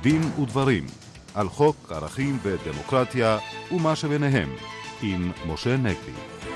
דין ודברים על חוק ערכים ודמוקרטיה ומה שביניהם עם משה נגבי.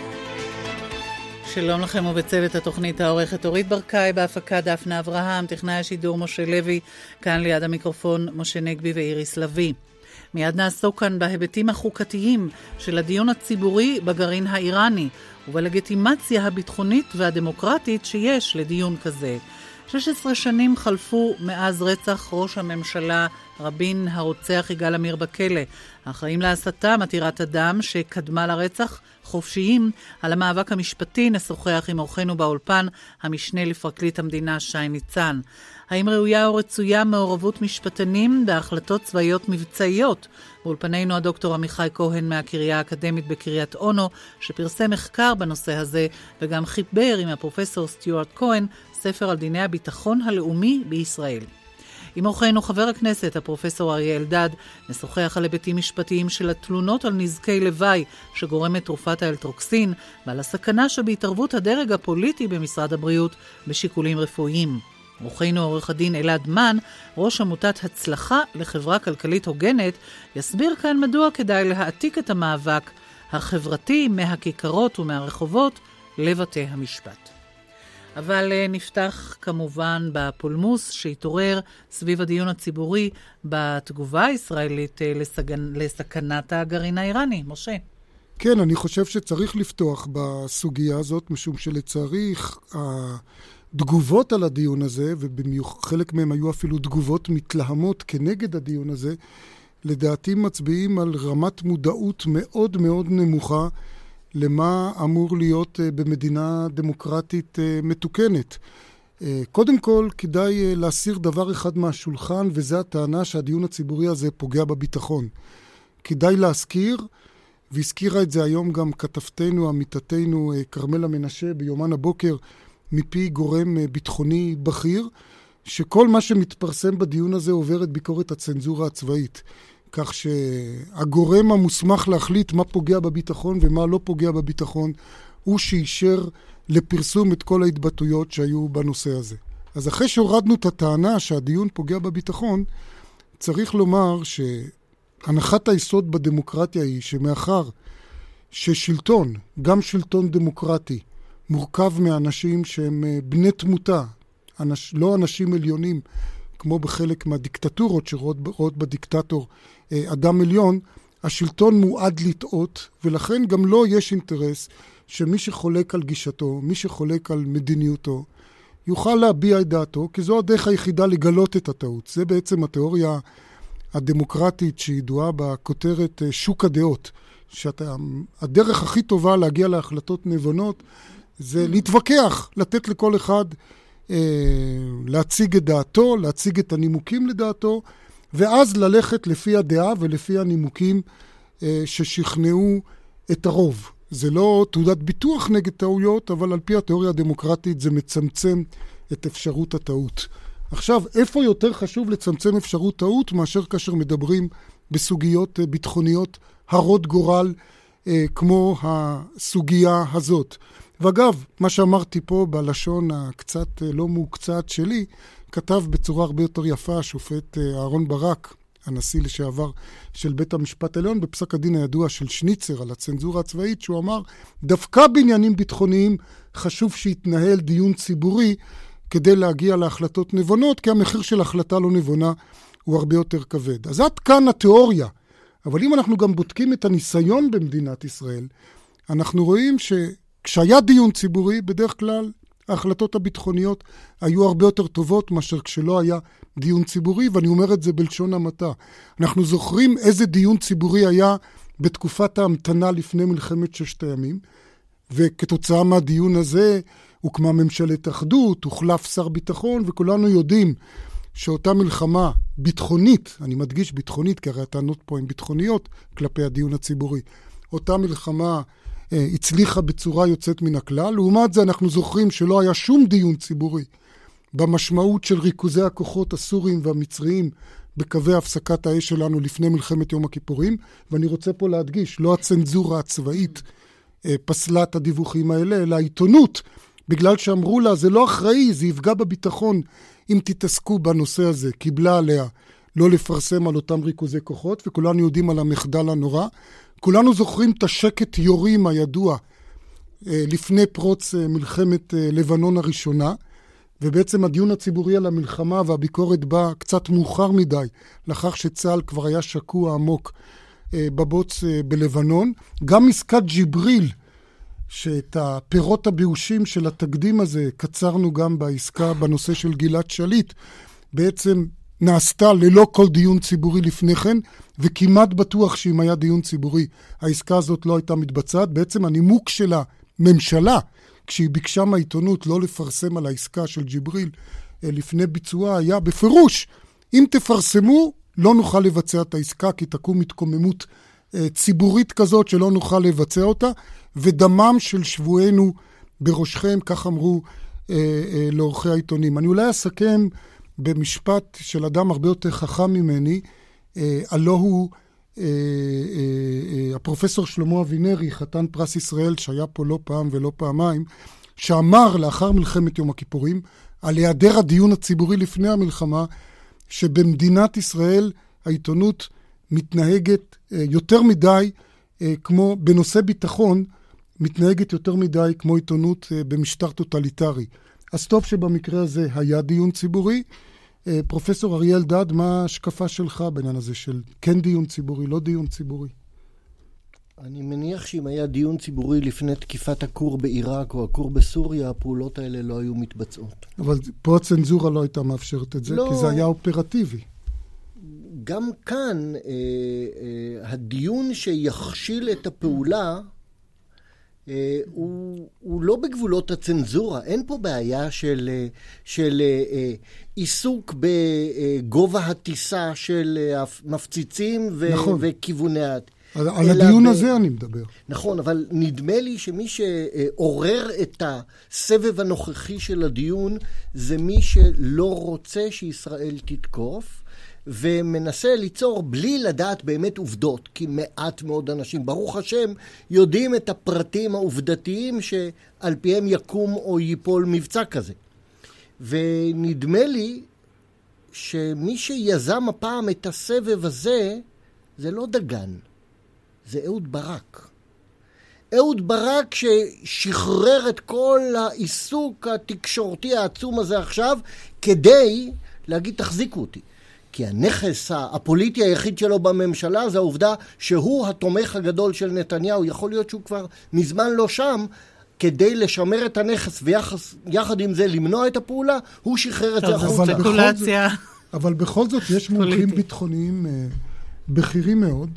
שלום לכם ובצוות התוכנית העורכת אורית ברקאי, בהפקה דפנה אברהם, טכנאי השידור משה לוי, כאן ליד המיקרופון משה נגבי ואיריס לוי. מיד נעסוק כאן בהיבטים החוקתיים של הדיון הציבורי בגרעין האיראני ובלגיטימציה הביטחונית והדמוקרטית שיש לדיון כזה. 16 שנים חלפו מאז רצח ראש הממשלה רבין הרוצח יגאל עמיר בכלא. האחראים להסתה מתירת הדם שקדמה לרצח חופשיים. על המאבק המשפטי נשוחח עם אורחנו באולפן המשנה לפרקליט המדינה שי ניצן. האם ראויה או רצויה מעורבות משפטנים בהחלטות צבאיות מבצעיות? באולפנינו הדוקטור עמיחי כהן מהקריה האקדמית בקריית אונו, שפרסם מחקר בנושא הזה וגם חיבר עם הפרופסור סטיוארט כהן ספר על דיני הביטחון הלאומי בישראל. עם אורחנו חבר הכנסת הפרופסור אריה אלדד נשוחח על היבטים משפטיים של התלונות על נזקי לוואי שגורמת תרופת האלטרוקסין ועל הסכנה שבהתערבות הדרג הפוליטי במשרד הבריאות בשיקולים רפואיים. אורחנו עורך הדין אלעד מן, ראש עמותת הצלחה לחברה כלכלית הוגנת, יסביר כאן מדוע כדאי להעתיק את המאבק החברתי מהכיכרות ומהרחובות לבתי המשפט. אבל נפתח כמובן בפולמוס שהתעורר סביב הדיון הציבורי בתגובה הישראלית לסכנת הגרעין האיראני. משה. כן, אני חושב שצריך לפתוח בסוגיה הזאת, משום שלצערי התגובות על הדיון הזה, ובחלק מהם היו אפילו תגובות מתלהמות כנגד הדיון הזה, לדעתי מצביעים על רמת מודעות מאוד מאוד נמוכה, למה אמור להיות במדינה דמוקרטית מתוקנת. קודם כל, כדאי להסיר דבר אחד מהשולחן, וזה הטענה שהדיון הציבורי הזה פוגע בביטחון. כדאי להזכיר, והזכירה את זה היום גם כתבתנו, עמיתתנו קרמלה מנשה ביומן הבוקר, מפי גורם ביטחוני בכיר, שכל מה שמתפרסם בדיון הזה עובר את ביקורת הצנזורה הצבאית. כך שהגורם המוסמך להחליט מה פוגע בביטחון ומה לא פוגע בביטחון, הוא שאישר לפרסום את כל ההתבטאויות שהיו בנושא הזה. אז אחרי שהורדנו את הטענה שהדיון פוגע בביטחון, צריך לומר שהנחת היסוד בדמוקרטיה היא שמאחר ששלטון, גם שלטון דמוקרטי, מורכב מאנשים שהם בני תמותה, לא אנשים עליונים, כמו בחלק מהדיקטטורות שרואות בדיקטטור אדם עליון, השלטון מועד לטעות, ולכן גם לא יש אינטרס שמי שחולק על גישתו, מי שחולק על מדיניותו, יוכל להביע את דעתו, כי זו הדרך היחידה לגלות את הטעות. זה בעצם התיאוריה הדמוקרטית שידועה בכותרת שוק הדעות, שהדרך הכי טובה להגיע להחלטות נבונות, זה להתווכח, לתת לכל אחד להציג את דעתו, להציג את הנימוקים לדעתו, ואז ללכת לפי הדעה ולפי הנימוקים ששכנעו את הרוב. זה לא תעודת ביטוח נגד טעויות, אבל על פי התיאוריה הדמוקרטית זה מצמצם את אפשרות הטעות. עכשיו, איפה יותר חשוב לצמצם אפשרות טעות מאשר כאשר מדברים בסוגיות ביטחוניות הרות גורל כמו הסוגיה הזאת? ואגב, מה שאמרתי פה בלשון הקצת לא מוקצת שלי, כתב בצורה הרבה יותר יפה השופט אהרון ברק, הנשיא לשעבר של בית המשפט העליון, בפסק הדין הידוע של שניצר על הצנזורה הצבאית, שהוא אמר, דווקא בעניינים ביטחוניים חשוב שיתנהל דיון ציבורי כדי להגיע להחלטות נבונות, כי המחיר של החלטה לא נבונה הוא הרבה יותר כבד. אז עד כאן התיאוריה. אבל אם אנחנו גם בודקים את הניסיון במדינת ישראל, אנחנו רואים כשהיה דיון ציבורי, בדרך כלל ההחלטות הביטחוניות היו הרבה יותר טובות מאשר כשלא היה דיון ציבורי, ואני אומר את זה בלשון המעטה. אנחנו זוכרים איזה דיון ציבורי היה בתקופת ההמתנה לפני מלחמת ששת הימים, וכתוצאה מהדיון הזה הוקמה ממשלת אחדות, הוחלף שר ביטחון, וכולנו יודעים שאותה מלחמה ביטחונית, אני מדגיש ביטחונית, כי הרי הטענות פה הן ביטחוניות כלפי הדיון הציבורי, אותה מלחמה הצליחה בצורה יוצאת מן הכלל. לעומת זה אנחנו זוכרים שלא היה שום דיון ציבורי במשמעות של ריכוזי הכוחות הסוריים והמצריים בקווי הפסקת האש שלנו לפני מלחמת יום הכיפורים, ואני רוצה פה להדגיש, לא הצנזורה הצבאית פסלה את הדיווחים האלה, אלא העיתונות, בגלל שאמרו לה, זה לא אחראי, זה יפגע בביטחון אם תתעסקו בנושא הזה, קיבלה עליה לא לפרסם על אותם ריכוזי כוחות, וכולנו יודעים על המחדל הנורא. כולנו זוכרים את השקט יורים הידוע לפני פרוץ מלחמת לבנון הראשונה, ובעצם הדיון הציבורי על המלחמה והביקורת בא קצת מאוחר מדי, לאחר שצה"ל כבר היה שקוע עמוק בבוץ בלבנון. גם עסקת ג'יבריל, שאת הפירות הבאושים של התקדים הזה קצרנו גם בעסקה בנושא של גלעד שליט, בעצם נעשתה ללא כל דיון ציבורי לפני כן, וכמעט בטוח שאם היה דיון ציבורי, העסקה הזאת לא הייתה מתבצעת. בעצם הנימוק של הממשלה, כשהיא ביקשה מהעיתונות לא לפרסם על העסקה של ג'יבריל לפני ביצועה, היה בפירוש, אם תפרסמו, לא נוכל לבצע את העסקה, כי תקום התקוממות ציבורית כזאת שלא נוכל לבצע אותה, ודמם של שבוענו בראשכם, כך אמרו לאורחי העיתונים. אני אולי אסכם במשפט של אדם הרבה יותר חכם ממני, הלא הוא הפרופסור שלמה אבינרי, חתן פרס ישראל, שהיה פה לא פעם ולא פעמיים, שאמר לאחר מלחמת יום הכיפורים, על היעדר הדיון הציבורי לפני המלחמה, שבמדינת ישראל העיתונות מתנהגת יותר מדי, כמו בנושא ביטחון, מתנהגת יותר מדי כמו עיתונות במשטר טוטליטרי. אז טוב שבמקרה הזה היה דיון ציבורי. פרופסור אריה אלדד, מה ההשקפה שלך בעניין הזה של כן דיון ציבורי, לא דיון ציבורי? אני מניח שאם היה דיון ציבורי לפני תקיפת הכור בעיראק או הכור בסוריה, הפעולות האלה לא היו מתבצעות. אבל פה הצנזורה לא הייתה מאפשרת את זה, לא, כי זה היה אופרטיבי. גם כאן, הדיון שיכשיל את הפעולה, הוא לא בגבולות הצנזורה. אין פה בעיה של עיסוק בגובה הטיסה של המפציצים נכון. וכיווני על הדיון הזה אני מדבר. נכון, אבל נדמה לי שמי שעורר את הסבב הנוכחי של הדיון זה מי שלא רוצה שישראל תתקוף, ומנסה ליצור בלי לדעת באמת עובדות, כי מעט מאוד אנשים, ברוך השם, יודעים את הפרטים העובדתיים שעל פיהם יקום או ייפול מבצע כזה. ונדמה לי שמי שיזם הפעם את הסבב הזה, זה לא דגן, זה אהוד ברק. אהוד ברק ששחרר את כל העיסוק התקשורתי העצום הזה עכשיו, כדי להגיד תחזיקו אותי. כי הנכס הפוליטי היחיד שלו בממשלה זה העובדה שהוא התומך הגדול של נתניהו. יכול להיות שהוא כבר מזמן לא שם, כדי לשמר את הנכס ויחד עם זה למנוע את הפעולה, הוא שחרר את זה החוצה. אבל בכל זאת יש מומחים ביטחוניים בכירים מאוד,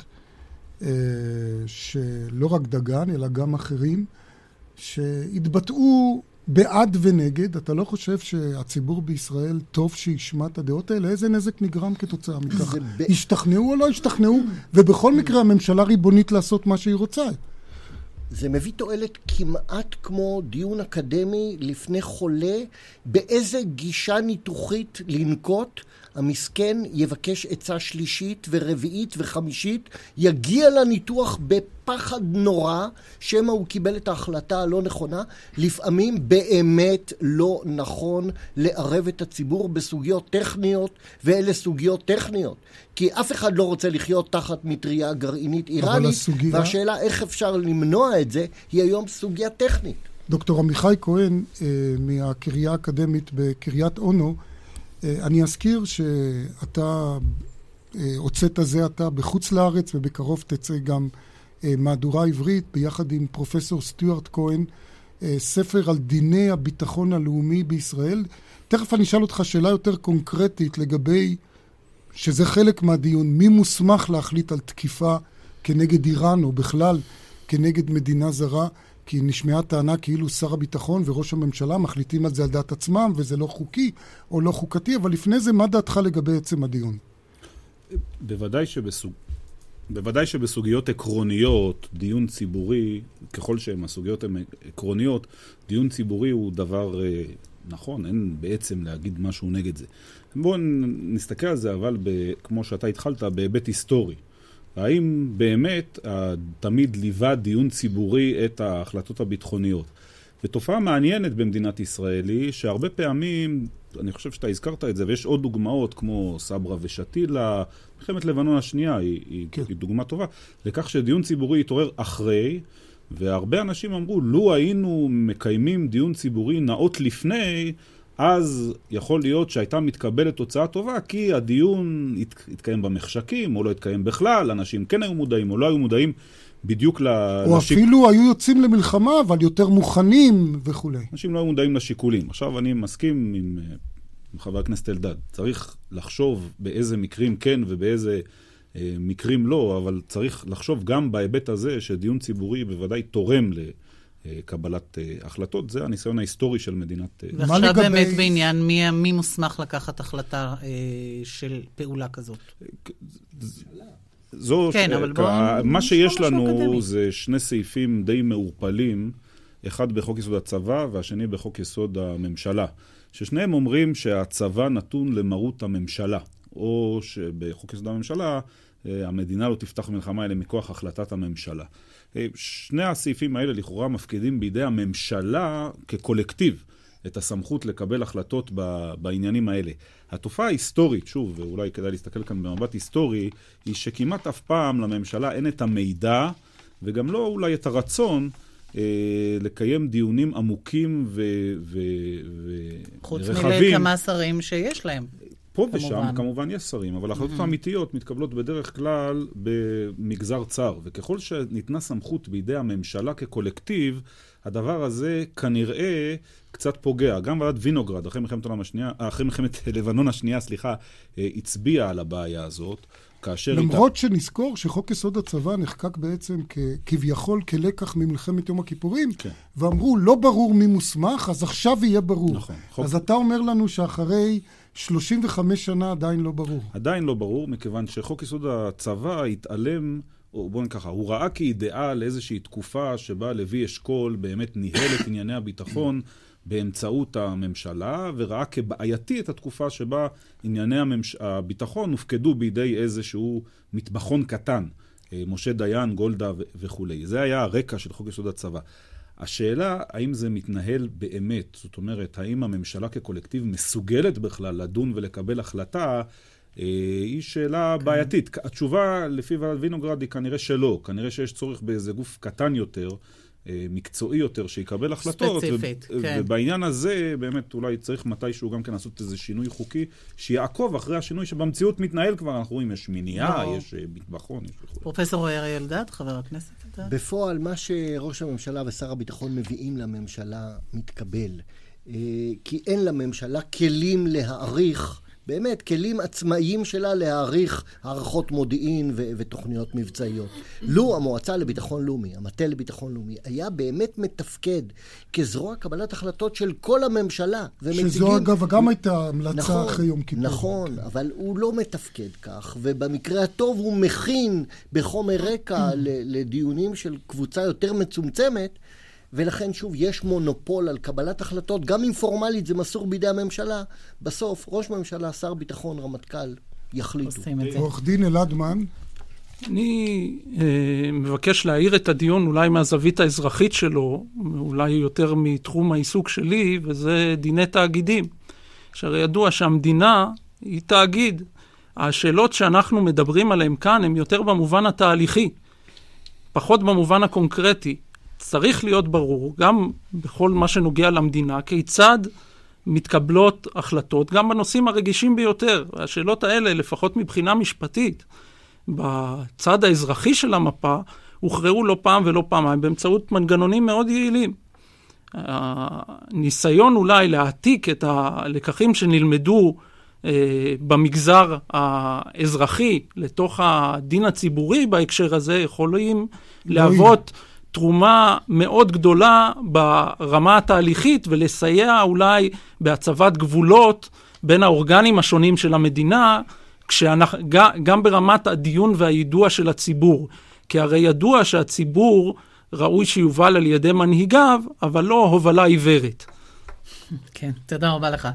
שלא רק דגן, אלא גם אחרים, שהתבטאו בעד ונגד. אתה לא חושב שהציבור בישראל טוב שישמע את הדעות האלה? איזה נזק נגרם כתוצאה מכך? השתכנעו או לא השתכנעו? ובכל מקרה הממשלה ריבונית לעשות מה שהיא רוצה. זה מביא תועלת כמעט כמו דיון אקדמי לפני חולה, באיזה גישה ניתוחית לנקוט. המסכן יבקש עצה שלישית ורביעית וחמישית, יגיע לניתוח בפחד נורא, שמה הוא קיבל את ההחלטה הלא נכונה. לפעמים באמת לא נכון לערב את הציבור בסוגיות טכניות, ואלה סוגיות טכניות. כי אף אחד לא רוצה לחיות תחת מטריה גרעינית איראנית, והשאלה איך אפשר למנוע את זה, היא היום סוגיה טכנית. דוקטור עמיחי כהן מהקריה האקדמית בקריית אונו, אני אזכיר שאתה הוצאת זה אתה בחוץ לארץ, ובקרוב תצא גם מהדורה עברית ביחד עם פרופסור סטיוארט כהן, ספר על דיני הביטחון הלאומי בישראל. תכף אני אשאל אותך שאלה יותר קונקרטית לגבי, שזה חלק מהדיון, מי מוסמך להחליט על תקיפה כנגד איראן או בכלל כנגד מדינה זרה, כי נשמעה טענה כאילו שר הביטחון וראש הממשלה מחליטים על זה על דעת עצמם, וזה לא חוקי או לא חוקתי. אבל לפני זה, מה דעתך לגבי עצם הדיון? בוודאי שבסוגיות עקרוניות, דיון ציבורי, ככל שהן הסוגיות הן עקרוניות, דיון ציבורי הוא דבר נכון, אין בעצם להגיד משהו נגד זה. בואו נסתכל על זה, אבל כמו שאתה התחלת, בהיבט היסטורי. האם באמת תמיד ליווה דיון ציבורי את ההחלטות הביטחוניות? ותופעה מעניינת במדינת ישראל היא שהרבה פעמים, אני חושב שאתה הזכרת את זה, ויש עוד דוגמאות כמו סברה ושתילה, מלחמת לבנון השנייה היא דוגמה טובה, לכך שדיון ציבורי יתעורר אחרי, והרבה אנשים אמרו, לו היינו מקיימים דיון ציבורי נאות לפני, אז יכול להיות שהייתה מתקבלת תוצאה טובה, כי הדיון התקיים במחשכים, או לא התקיים בכלל, אנשים כן היו מודעים או לא היו מודעים בדיוק או אפילו היו יוצאים למלחמה, אבל יותר מוכנים וכו'. אנשים לא היו מודעים לשיקולים. עכשיו אני מסכים עם חבר הכנסת אלדד. צריך לחשוב באיזה מקרים כן ובאיזה מקרים לא, אבל צריך לחשוב גם בהיבט הזה שדיון ציבורי בוודאי תורם לקבלת החלטות. זה הניסיון ההיסטורי של מדינת... ועכשיו באמת בעניין מי מוסמך לקחת החלטה של פעולה כזאת? מה שיש לנו זה שני סעיפים די מעורפלים, אחד בחוק יסוד הצבא והשני בחוק יסוד הממשלה, ששניהם אומרים שהצבא נתון למרות הממשלה, או שבחוק יסוד הממשלה המדינה לא תפתח מלחמה אלא מכוח החלטת הממשלה. שני הסעיפים האלה לכאורה מפקידים בידי הממשלה כקולקטיב את הסמכות לקבל החלטות בעניינים האלה. התופעה ההיסטורית, שוב, ואולי כדאי להסתכל כאן במבט היסטורי, היא שכמעט אף פעם לממשלה אין את המידע, וגם לא אולי את הרצון לקיים דיונים עמוקים ורחבים. חוץ מכמה שרים שיש להם. פה ושם כמובן יש שרים, אבל החלטות האמיתיות מתקבלות בדרך כלל במגזר צר, וככל שניתנה סמכות בידי הממשלה כקולקטיב, הדבר הזה כנראה קצת פוגע. גם ועדת וינוגרד, אחרי מלחמת לבנון השנייה, הצביעה על הבעיה הזאת. למרות שנזכור שחוק יסוד הצבא נחקק בעצם כביכול כלקח ממלחמת יום הכיפורים, ואמרו לא ברור מי מוסמך, אז עכשיו יהיה ברור. אז אתה אומר לנו שאחרי 35 שנה עדיין לא ברור. עדיין לא ברור, מכיוון שחוק יסוד הצבא התעלם, או בואו נקחה, הוא ראה כאידאל איזושהי תקופה שבה לוי אשכול באמת ניהל את ענייני הביטחון באמצעות הממשלה, וראה כבעייתי את התקופה שבה ענייני הביטחון הופקדו בידי איזשהו מטבחון קטן, משה דיין, גולדה וכו'. זה היה הרקע של חוק יסוד הצבא. השאלה, האם זה מתנהל באמת, זאת אומרת, האם הממשלה כקולקטיב מסוגלת בכלל לדון ולקבל החלטה, היא שאלה בעייתית. התשובה לפי ועדת וינוגרד היא כנראה שלא. כנראה שיש צורך באיזה גוף קטן יותר, מקצועי יותר, שיקבל החלטות. ספציפית, כן. ובעניין הזה, באמת, אולי צריך מתישהו גם כן לעשות איזה שינוי חוקי, שיעקוב אחרי השינוי שבמציאות מתנהל כבר. אנחנו רואים, יש מניעה, יש ביטחון, יש וכו'. פרופסור אריה אלדד, חבר הכנסת. בפועל, מה שראש הממשלה ושר הביטחון מביאים לממשלה מתקבל. כי אין לממשלה כלים להעריך, באמת, כלים עצמאיים שלה להעריך הערכות מודיעין ותוכניות מבצעיות. לו המועצה לביטחון לאומי, המטה לביטחון לאומי, היה באמת מתפקד כזרוע קבלת החלטות של כל הממשלה. שזו אגב, גם הייתה המלצה אחרי יום כיפור. נכון, אבל הוא לא מתפקד כך, ובמקרה הטוב הוא מכין בחומר רקע לדיונים של קבוצה יותר מצומצמת, ולכן שוב יש מונופול על קבלת החלטות, גם אם פורמלית זה מסור בידי הממשלה, בסוף ראש ממשלה, שר ביטחון, רמטכ"ל, יחליטו. עורך דין אלעדמן. אני מבקש להעיר את הדיון אולי מהזווית האזרחית שלו, אולי יותר מתחום העיסוק שלי, וזה דיני תאגידים. שהרי ידוע שהמדינה היא תאגיד. השאלות שאנחנו מדברים עליהן כאן הן יותר במובן התהליכי, פחות במובן הקונקרטי. צריך להיות ברור, גם בכל מה שנוגע למדינה, כיצד מתקבלות החלטות, גם בנושאים הרגישים ביותר. השאלות האלה, לפחות מבחינה משפטית, בצד האזרחי של המפה, הוכרעו לא פעם ולא פעמיים, באמצעות מנגנונים מאוד יעילים. הניסיון אולי להעתיק את הלקחים שנלמדו במגזר האזרחי, לתוך הדין הציבורי בהקשר הזה, יכולים להוות תרומה מאוד גדולה ברמה התהליכית, ולסייע אולי בהצבת גבולות בין האורגנים השונים של המדינה, גם ברמת הדיון והיידוע של הציבור. כי הרי ידוע שהציבור ראוי שיובל על ידי מנהיגיו, אבל לא הובלה עיוורת. כן, תודה רבה לך.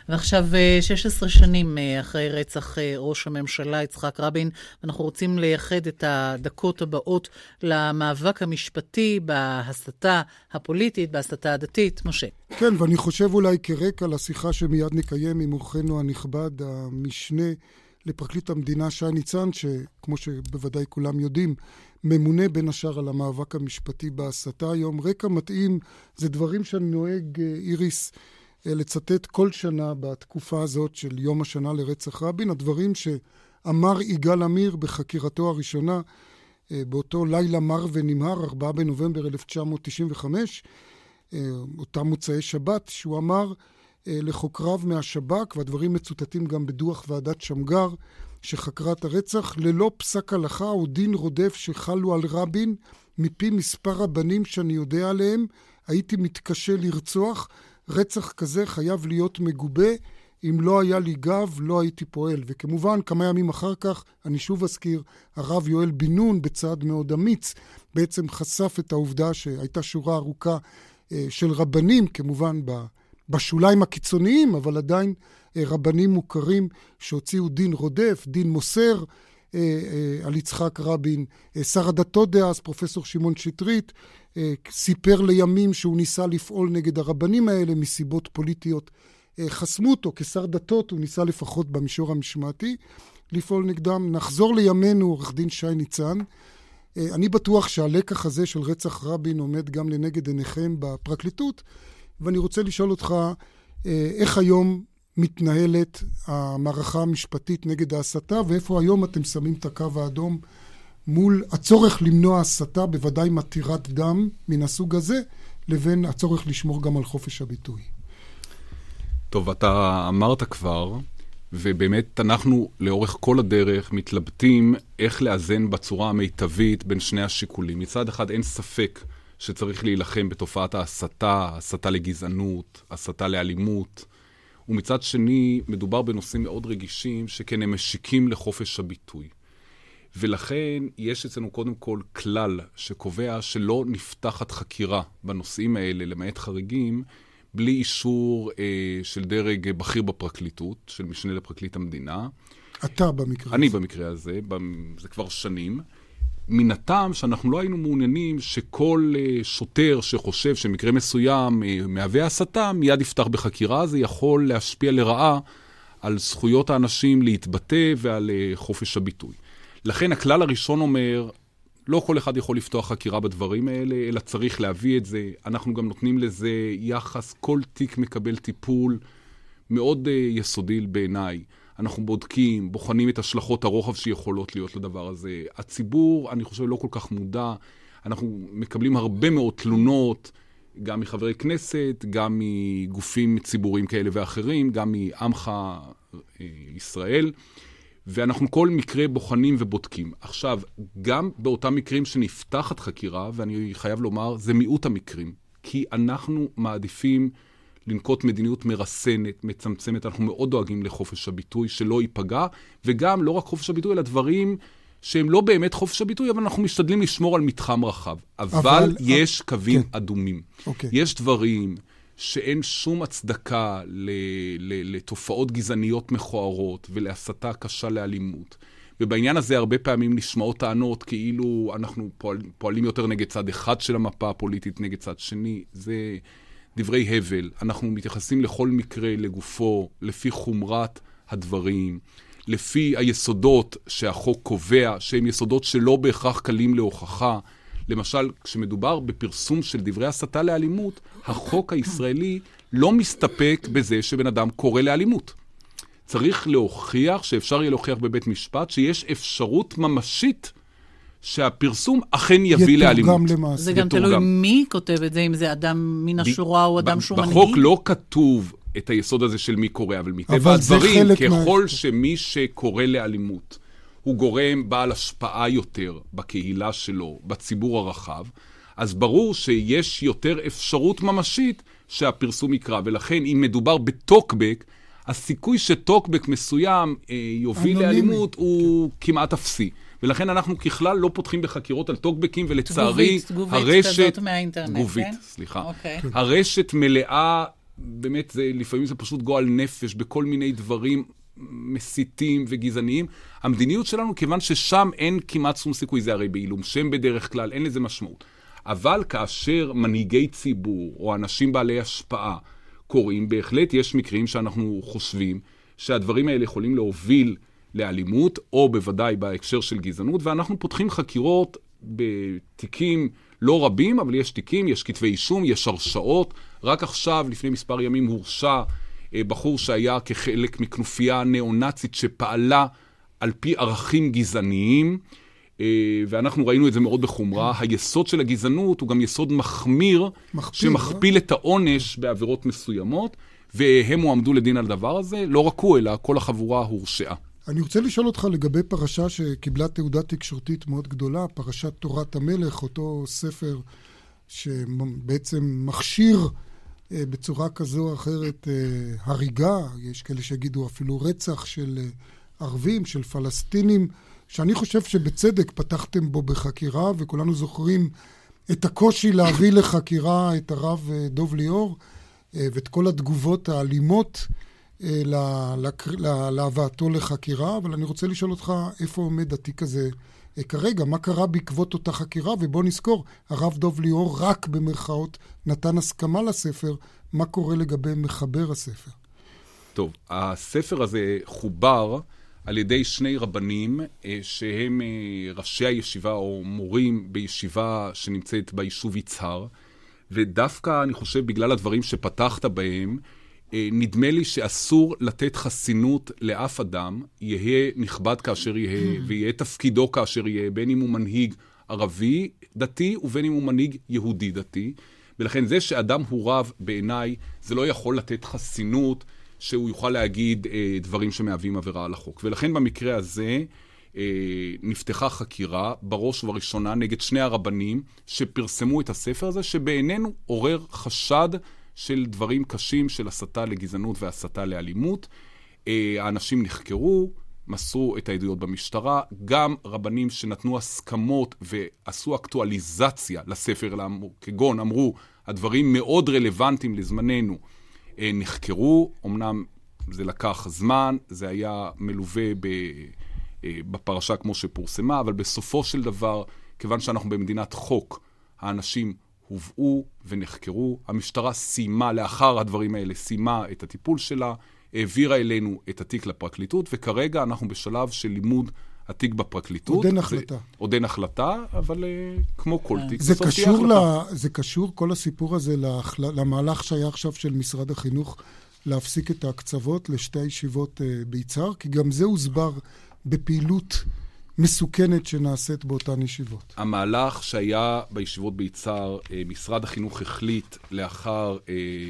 ועכשיו 16 שנים אחרי רצח ראש הממשלה יצחק רבין, ואנחנו רוצים לייחד את הדקות הבאות למאבק המשפטי בהסתה הפוליטית, בהסתה הדתית. משה. כן, ואני חושב אולי כרקע לשיחה שמיד נקיים עם אורחנו הנכבד, המשנה לפרקליט המדינה שי ניצן, שכמו שבוודאי כולם יודעים, ממונה בין השאר על המאבק המשפטי בהסתה היום. רקע מתאים, זה דברים שאני נוהג, איריס, לצטט כל שנה בתקופה הזאת של יום השנה לרצח רבין, הדברים שאמר יגאל עמיר בחקירתו הראשונה, באותו לילה מר ונמהר, 4 בנובמבר 1995, אותם מוצאי שבת, שהוא אמר לחוקריו מהשב"כ, והדברים מצוטטים גם בדוח ועדת שמגר, שחקרה את הרצח, ללא פסק הלכה או דין רודף שחלו על רבין, מפי מספר רבנים שאני יודע עליהם, הייתי מתקשה לרצוח, רצח כזה חייב להיות מגובה, אם לא היה לי גב, לא הייתי פועל. וכמובן, כמה ימים אחר כך, אני שוב אזכיר, הרב יואל בן נון, בצעד מאוד אמיץ, בעצם חשף את העובדה שהייתה שורה ארוכה של רבנים, כמובן בשוליים הקיצוניים, אבל עדיין רבנים מוכרים שהוציאו דין רודף, דין מוסר על יצחק רבין. שר הדתות דאז, פרופסור שמעון שטרית, סיפר לימים שהוא ניסה לפעול נגד הרבנים האלה מסיבות פוליטיות. חסמו אותו כשר דתות, הוא ניסה לפחות במישור המשמעתי לפעול נגדם. נחזור לימינו, עורך דין שי ניצן. אני בטוח שהלקח הזה של רצח רבין עומד גם לנגד עיניכם בפרקליטות, ואני רוצה לשאול אותך איך היום מתנהלת המערכה המשפטית נגד ההסתה, ואיפה היום אתם שמים את הקו האדום מול הצורך למנוע הסתה, בוודאי מתירת דם מן הסוג הזה, לבין הצורך לשמור גם על חופש הביטוי. טוב, אתה אמרת כבר, ובאמת אנחנו לאורך כל הדרך מתלבטים איך לאזן בצורה המיטבית בין שני השיקולים. מצד אחד אין ספק שצריך להילחם בתופעת ההסתה, הסתה לגזענות, הסתה לאלימות, ומצד שני מדובר בנושאים מאוד רגישים שכן הם משיקים לחופש הביטוי. ולכן יש אצלנו קודם כל כלל שקובע שלא נפתחת חקירה בנושאים האלה, למעט חריגים, בלי אישור של דרג בכיר בפרקליטות, של משנה לפרקליט המדינה. אתה במקרה הזה. אני במקרה הזה, זה כבר שנים. מן הטעם שאנחנו לא היינו מעוניינים שכל שוטר שחושב שמקרה מסוים מהווה הסתה, מיד יפתח בחקירה, זה יכול להשפיע לרעה על זכויות האנשים להתבטא ועל חופש הביטוי. לכן הכלל הראשון אומר, לא כל אחד יכול לפתוח חקירה בדברים האלה, אלא צריך להביא את זה. אנחנו גם נותנים לזה יחס, כל תיק מקבל טיפול מאוד יסודי בעיניי. אנחנו בודקים, בוחנים את השלכות הרוחב שיכולות להיות לדבר הזה. הציבור, אני חושב, לא כל כך מודע. אנחנו מקבלים הרבה מאוד תלונות, גם מחברי כנסת, גם מגופים ציבוריים כאלה ואחרים, גם מעמך ישראל. ואנחנו כל מקרה בוחנים ובודקים. עכשיו, גם באותם מקרים שנפתחת חקירה, ואני חייב לומר, זה מיעוט המקרים. כי אנחנו מעדיפים לנקוט מדיניות מרסנת, מצמצמת. אנחנו מאוד דואגים לחופש הביטוי, שלא ייפגע, וגם לא רק חופש הביטוי, אלא דברים שהם לא באמת חופש הביטוי, אבל אנחנו משתדלים לשמור על מתחם רחב. אבל יש קווים אדומים. יש דברים שאין שום הצדקה לתופעות גזעניות מכוערות ולהסתה קשה לאלימות. ובעניין הזה הרבה פעמים נשמעות טענות כאילו אנחנו פועלים יותר נגד צד אחד של המפה הפוליטית, נגד צד שני. זה דברי הבל. אנחנו מתייחסים לכל מקרה לגופו, לפי חומרת הדברים, לפי היסודות שהחוק קובע, שהם יסודות שלא בהכרח קלים להוכחה. למשל, כשמדובר בפרסום של דברי הסתה לאלימות, החוק הישראלי לא מסתפק בזה שבן אדם קורא לאלימות. צריך להוכיח, שאפשר יהיה להוכיח בבית משפט, שיש אפשרות ממשית שהפרסום אכן יביא לאלימות. זה גם תלוי מי כותב את זה, אם זה אדם מן השורה או אדם שהוא מנהיג. בחוק לא כתוב את היסוד הזה של מי קורא, אבל מטבע הדברים, ככל שמי שקורא לאלימות הוא גורם בעל השפעה יותר בקהילה שלו, בציבור הרחב, אז ברור שיש יותר אפשרות ממשית שהפרסום יקרא. ולכן אם מדובר בטוקבק, הסיכוי שטוקבק מסוים יוביל לאלימות הוא כמעט אפסי. ולכן אנחנו ככלל לא פותחים בחקירות על טוקבקים, ולצערי הרשת... תגובית כזאת מהאינטרנט, גובית, כן? סליחה. הרשת מלאה באמת, לפעמים זה פשוט גועל נפש בכל מיני דברים מסיתים וגזעניים. המדיניות שלנו, כיוון ששם אין כמעט שום סיכוי, זה הרי בעילום שם בדרך כלל, אין לזה משמעות. אבל כאשר מנהיגי ציבור או אנשים בעלי השפעה קוראים, בהחלט יש מקרים שאנחנו חושבים שהדברים האלה יכולים להוביל לאלימות, או בוודאי בהקשר של גזענות, ואנחנו פותחים חקירות בתיקים לא רבים, אבל יש תיקים, יש כתבי אישום, יש הרשעות. רק עכשיו, לפני מספר ימים, הורשע בחור שהיה כחלק מכנופיה ניאו-נאצית שפעלה על פי ערכים גזעניים, ואנחנו ראינו את זה מאוד בחומרה. היסוד של הגזענות הוא גם יסוד מחמיר, שמכפיל את העונש בעבירות מסוימות, והם הועמדו לדין על הדבר הזה. לא רק הוא, אלא כל החבורה הורשעה. אני רוצה לשאול אותך לגבי פרשה שקיבלה תעודה תקשורתית מאוד גדולה, פרשת תורת המלך, אותו ספר שבעצם מכשיר בצורה כזו או אחרת הריגה, יש כאלה שיגידו אפילו רצח של ערבים, של פלסטינים, שאני חושב שבצדק פתחתם בו בחקירה, וכולנו זוכרים את הקושי להביא לחקירה את הרב דוב ליאור, ואת כל התגובות האלימות להבאתו לחקירה, אבל אני רוצה לשאול אותך איפה עומד התיק הזה כרגע, מה קרה בעקבות אותה חקירה, ובוא נזכור, הרב דוב ליאור רק במרכאות נתן הסכמה לספר, מה קורה לגבי מחבר הספר? טוב, הספר הזה חובר על ידי שני רבנים שהם ראשי הישיבה או מורים בישיבה שנמצאת ביישוב יצהר, ודווקא אני חושב בגלל הדברים שפתחת בהם, נדמה לי שאסור לתת חסינות לאף אדם, יהיה נכבד כאשר יהיה, ויהיה תפקידו כאשר יהיה, בין אם הוא מנהיג ערבי דתי ובין אם הוא מנהיג יהודי דתי, ולכן זה שאדם הוא רב בעיניי, זה לא יכול לתת חסינות שהוא יוכל להגיד דברים שמהווים עבירה על החוק. ולכן במקרה הזה נפתחה חקירה בראש ובראשונה נגד שני הרבנים שפרסמו את הספר הזה, שבעינינו עורר חשד של דברים קשים של הסתה לגזענות והסתה לאלימות. האנשים נחקרו, מסרו את העדויות במשטרה, גם רבנים שנתנו הסכמות ועשו אקטואליזציה לספר, כגון אמרו, הדברים מאוד רלוונטיים לזמננו, נחקרו. אמנם זה לקח זמן, זה היה מלווה בפרשה כמו שפורסמה, אבל בסופו של דבר, כיוון שאנחנו במדינת חוק, האנשים הובאו ונחקרו. המשטרה סיימה, לאחר הדברים האלה, סיימה את הטיפול שלה, העבירה אלינו את התיק לפרקליטות, וכרגע אנחנו בשלב של לימוד התיק בפרקליטות. עוד אין החלטה. עוד אין החלטה, אבל כמו כל תיק, זה קשור כל הסיפור הזה למהלך שהיה עכשיו של משרד החינוך, להפסיק את ההקצבות לשתי הישיבות ביצהר, כי גם זה הוסבר בפעילות מסוכנת שנעשית באותן ישיבות. המהלך שהיה בישיבות ביצהר, משרד החינוך החליט לאחר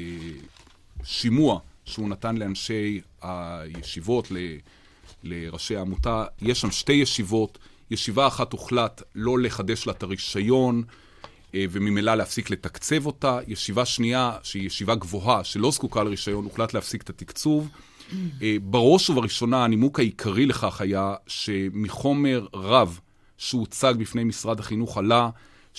שימוע שהוא נתן לאנשי הישיבות, לראשי העמותה. יש שם שתי ישיבות. ישיבה אחת הוחלט לא לחדש לה את הרישיון, וממילא להפסיק לתקצב אותה. ישיבה שנייה, שהיא ישיבה גבוהה, שלא זקוקה לרישיון, הוחלט להפסיק את התקצוב. בראש ובראשונה, הנימוק העיקרי לכך היה שמחומר רב שהוצג בפני משרד החינוך עלה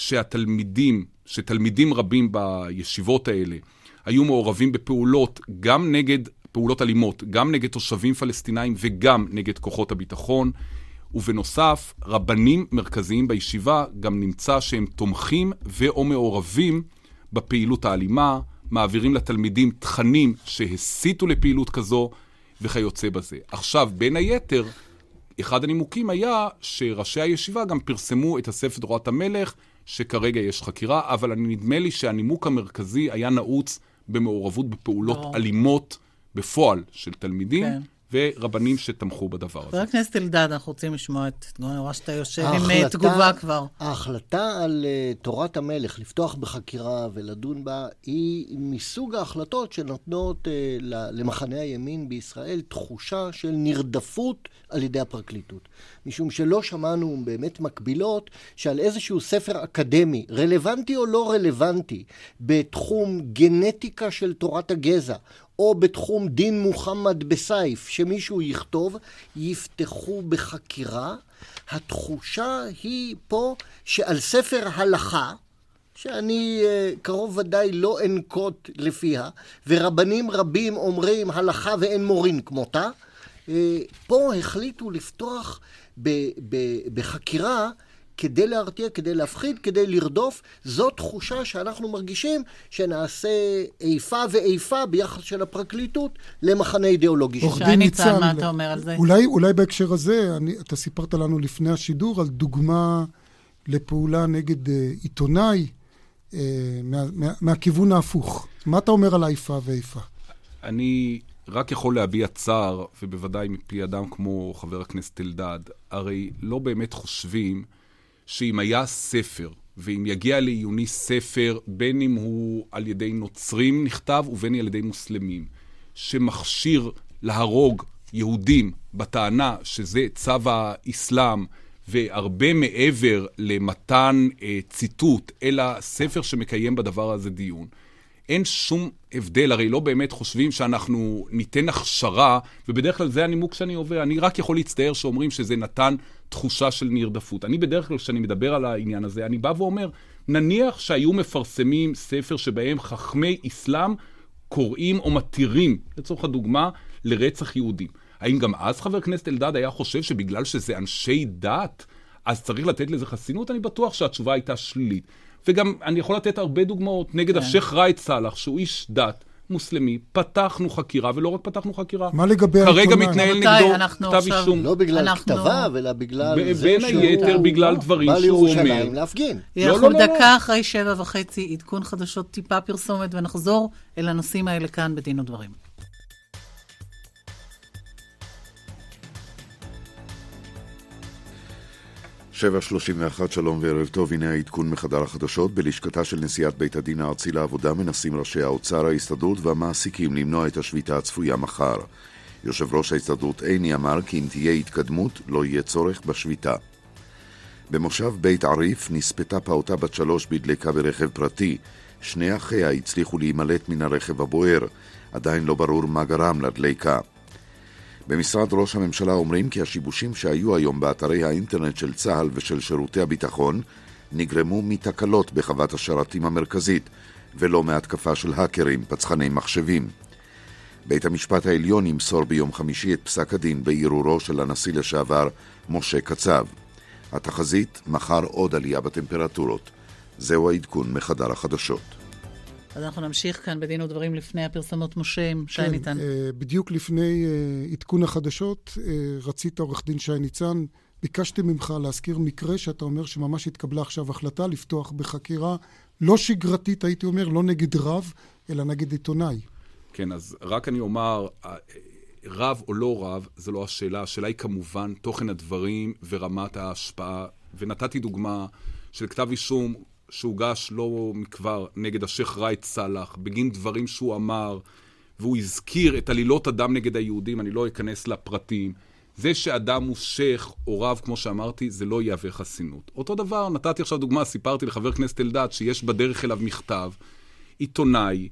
שתלמידים רבים בישיבות האלה היו מעורבים בפעולות, גם נגד פעולות אלימות, גם נגד תושבים פלסטינאים וגם נגד כוחות הביטחון, ובנוסף, רבנים מרכזיים בישיבה גם נמצא שהם תומכים ואו מעורבים בפעילות האלימה, מעבירים לתלמידים תכנים שהסיתו לפעילות כזו וכיוצא בזה. עכשיו, בין היתר, אחד הנימוקים היה שראשי הישיבה גם פרסמו את הספר תורת המלך, שכרגע יש חקירה, אבל נדמה לי שהנימוק המרכזי היה נעוץ במעורבות בפעולות אלימות בפועל של תלמידים, כן. ורבנים שתמכו בדבר הזה. חבר הכנסת אלדד, אנחנו רוצים לשמוע את תגובה שאתה יושב עם תגובה כבר. ההחלטה על תורת המלך, לפתוח בחקירה ולדון בה, היא מסוג ההחלטות שנותנות למחנה הימין בישראל תחושה של נרדפות על ידי הפרקליטות. משום שלא שמענו באמת מקבילות שעל איזשהו ספר אקדמי, רלוונטי או לא רלוונטי, בתחום גנטיקה של תורת הגזע, או בתחום דין מוחמד בסייף, שמישהו יכתוב, יפתחו בחקירה. התחושה היא פה שעל ספר הלכה, שאני קרוב ודאי לא אנקוט לפיה, ורבנים רבים אומרים הלכה ואין מורין כמותה, פה החליטו לפתוח בחקירה כדי להרתיע, כדי להפחיד, כדי לרדוף. זו תחושה שאנחנו מרגישים שנעשה איפה ואיפה ביחס של הפרקליטות למחנה אידיאולוגי. שי ניצן, מה אתה אומר על זה? אולי בהקשר הזה, אתה סיפרת לנו לפני השידור על דוגמה לפעולה נגד עיתונאי מהכיוון ההפוך. מה אתה אומר על האיפה ואיפה? אני רק יכול להביע צער, ובוודאי מפי אדם כמו חבר הכנסת אלדד, הרי לא באמת חושבים שאם היה ספר, ואם יגיע לעיוני ספר, בין אם הוא על ידי נוצרים נכתב, ובין על ידי מוסלמים, שמכשיר להרוג יהודים בטענה שזה צו האסלאם, והרבה מעבר למתן ציטוט, אלא ספר שמקיים בדבר הזה דיון. אין שום הבדל, הרי לא באמת חושבים שאנחנו ניתן הכשרה, ובדרך כלל זה הנימוק שאני עובר. אני רק יכול להצטער שאומרים שזה נתן תחושה של נרדפות. אני בדרך כלל, כשאני מדבר על העניין הזה, אני בא ואומר, נניח שהיו מפרסמים ספר שבהם חכמי אסלאם קוראים או מתירים, לצורך הדוגמה, לרצח יהודים. האם גם אז חבר כנסת אלדד היה חושב שבגלל שזה אנשי דת, אז צריך לתת לזה חסינות? אני בטוח שהתשובה הייתה שלילית. וגם אני יכול לתת הרבה דוגמאות נגד השייך ראאד סלאח, שהוא איש דת מוסלמי, פתחנו חקירה, ולא רק פתחנו חקירה. מה לגבי כרגע מתנהל נגדו כתב אישום. לא בגלל כתביו, אלא בגלל זה בין היתר בגלל דברים שהוא אומר. בא לירושלים להפגין. אנחנו דקה אחרי 7:30, עדכון חדשות, טיפה פרסומת, ונחזור אל הנושאים האלה כאן בדין ודברים. 7:31, שלום וערב טוב, הנה העדכון מחדר החדשות. בלשכתה של נשיאת בית הדין הארצי לעבודה מנסים ראשי האוצר, ההסתדרות והמעסיקים למנוע את השביתה הצפויה מחר. יושב ראש ההסתדרות עיני אמר כי אם תהיה התקדמות לא יהיה צורך בשביתה. במושב בית עריף נספתה פעוטה בת 3 בדלקה ברכב פרטי. שני אחיה הצליחו להימלט מן הרכב הבוער. עדיין לא ברור מה גרם לדלקה. במשרד ראש הממשלה אומרים כי השיבושים שהיו היום באתרי האינטרנט של צה"ל ושל שירותי הביטחון נגרמו מתקלות בחוות השרתים המרכזית ולא מהתקפה של האקרים, פצחני מחשבים. בית המשפט העליון ימסור ביום חמישי את פסק הדין בערעורו של הנשיא לשעבר משה קצב. התחזית, מחר עוד עלייה בטמפרטורות. זהו העדכון מחדר החדשות. אז אנחנו נמשיך כאן בדין ודברים לפני הפרסומות. משה, שי ניצן. בדיוק לפני עדכון החדשות, רצית עורך דין שי ניצן, ביקשתי ממך להזכיר מקרה שאתה אומר שממש התקבלה עכשיו החלטה לפתוח בחקירה לא שגרתית, הייתי אומר, לא נגד רב, אלא נגד עיתונאי. כן, אז רק אני אומר, רב או לא רב, זה לא השאלה. השאלה היא כמובן תוכן הדברים ורמת ההשפעה. ונתתי דוגמה של כתב אישום שהוגש לא מכבר נגד השייך ראאד סלאח, בגין דברים שהוא אמר, והוא הזכיר את עלילות הדם נגד היהודים, אני לא אכנס לפרטים. זה שאדם הוא שייך או רב, כמו שאמרתי, זה לא יהווה חסינות. אותו דבר, נתתי עכשיו דוגמה, סיפרתי לחבר כנסת אלדד, שיש בדרך אליו מכתב, עיתונאי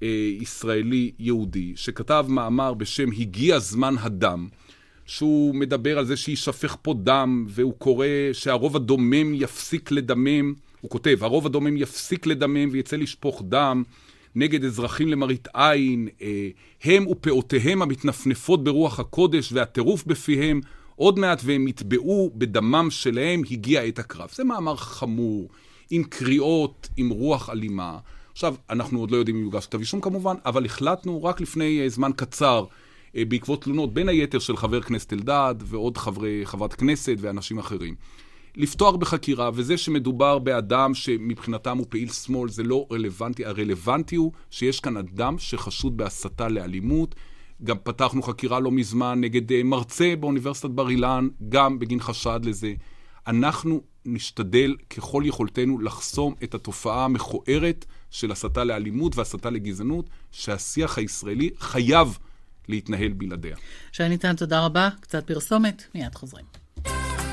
ישראלי יהודי, שכתב מאמר בשם הגיע זמן הדם, שהוא מדבר על זה שישפך פה דם, והוא קורא שהרוב הדומם יפסיק לדמם, הוא כותב, הרוב הדומם יפסיק לדמם ויצא לשפוך דם נגד אזרחים למראית עין, הם ופעותיהם המתנפנפות ברוח הקודש והטירוף בפיהם, עוד מעט והם יטבעו בדמם שלהם, הגיע את הקרב. זה מאמר חמור, עם קריאות, עם רוח אלימה. עכשיו, אנחנו עוד לא יודעים אם יוגש כתב אישום כמובן, אבל החלטנו רק לפני זמן קצר, בעקבות תלונות בין היתר של חבר כנסת אלדד ועוד חברת כנסת ואנשים אחרים, לפתוח בחקירה, וזה שמדובר באדם שמבחינתם הוא פעיל שמאל, זה לא רלוונטי. הרלוונטי הוא שיש כאן אדם שחשוד בהסתה לאלימות. גם פתחנו חקירה לא מזמן נגד מרצה באוניברסיטת בר אילן, גם בגין חשד לזה. אנחנו נשתדל ככל יכולתנו לחסום את התופעה המכוערת של הסתה לאלימות והסתה לגזענות, שהשיח הישראלי חייב להתנהל בלעדיה. שי ניצן, תודה רבה. קצת פרסומת, מיד חוזרים.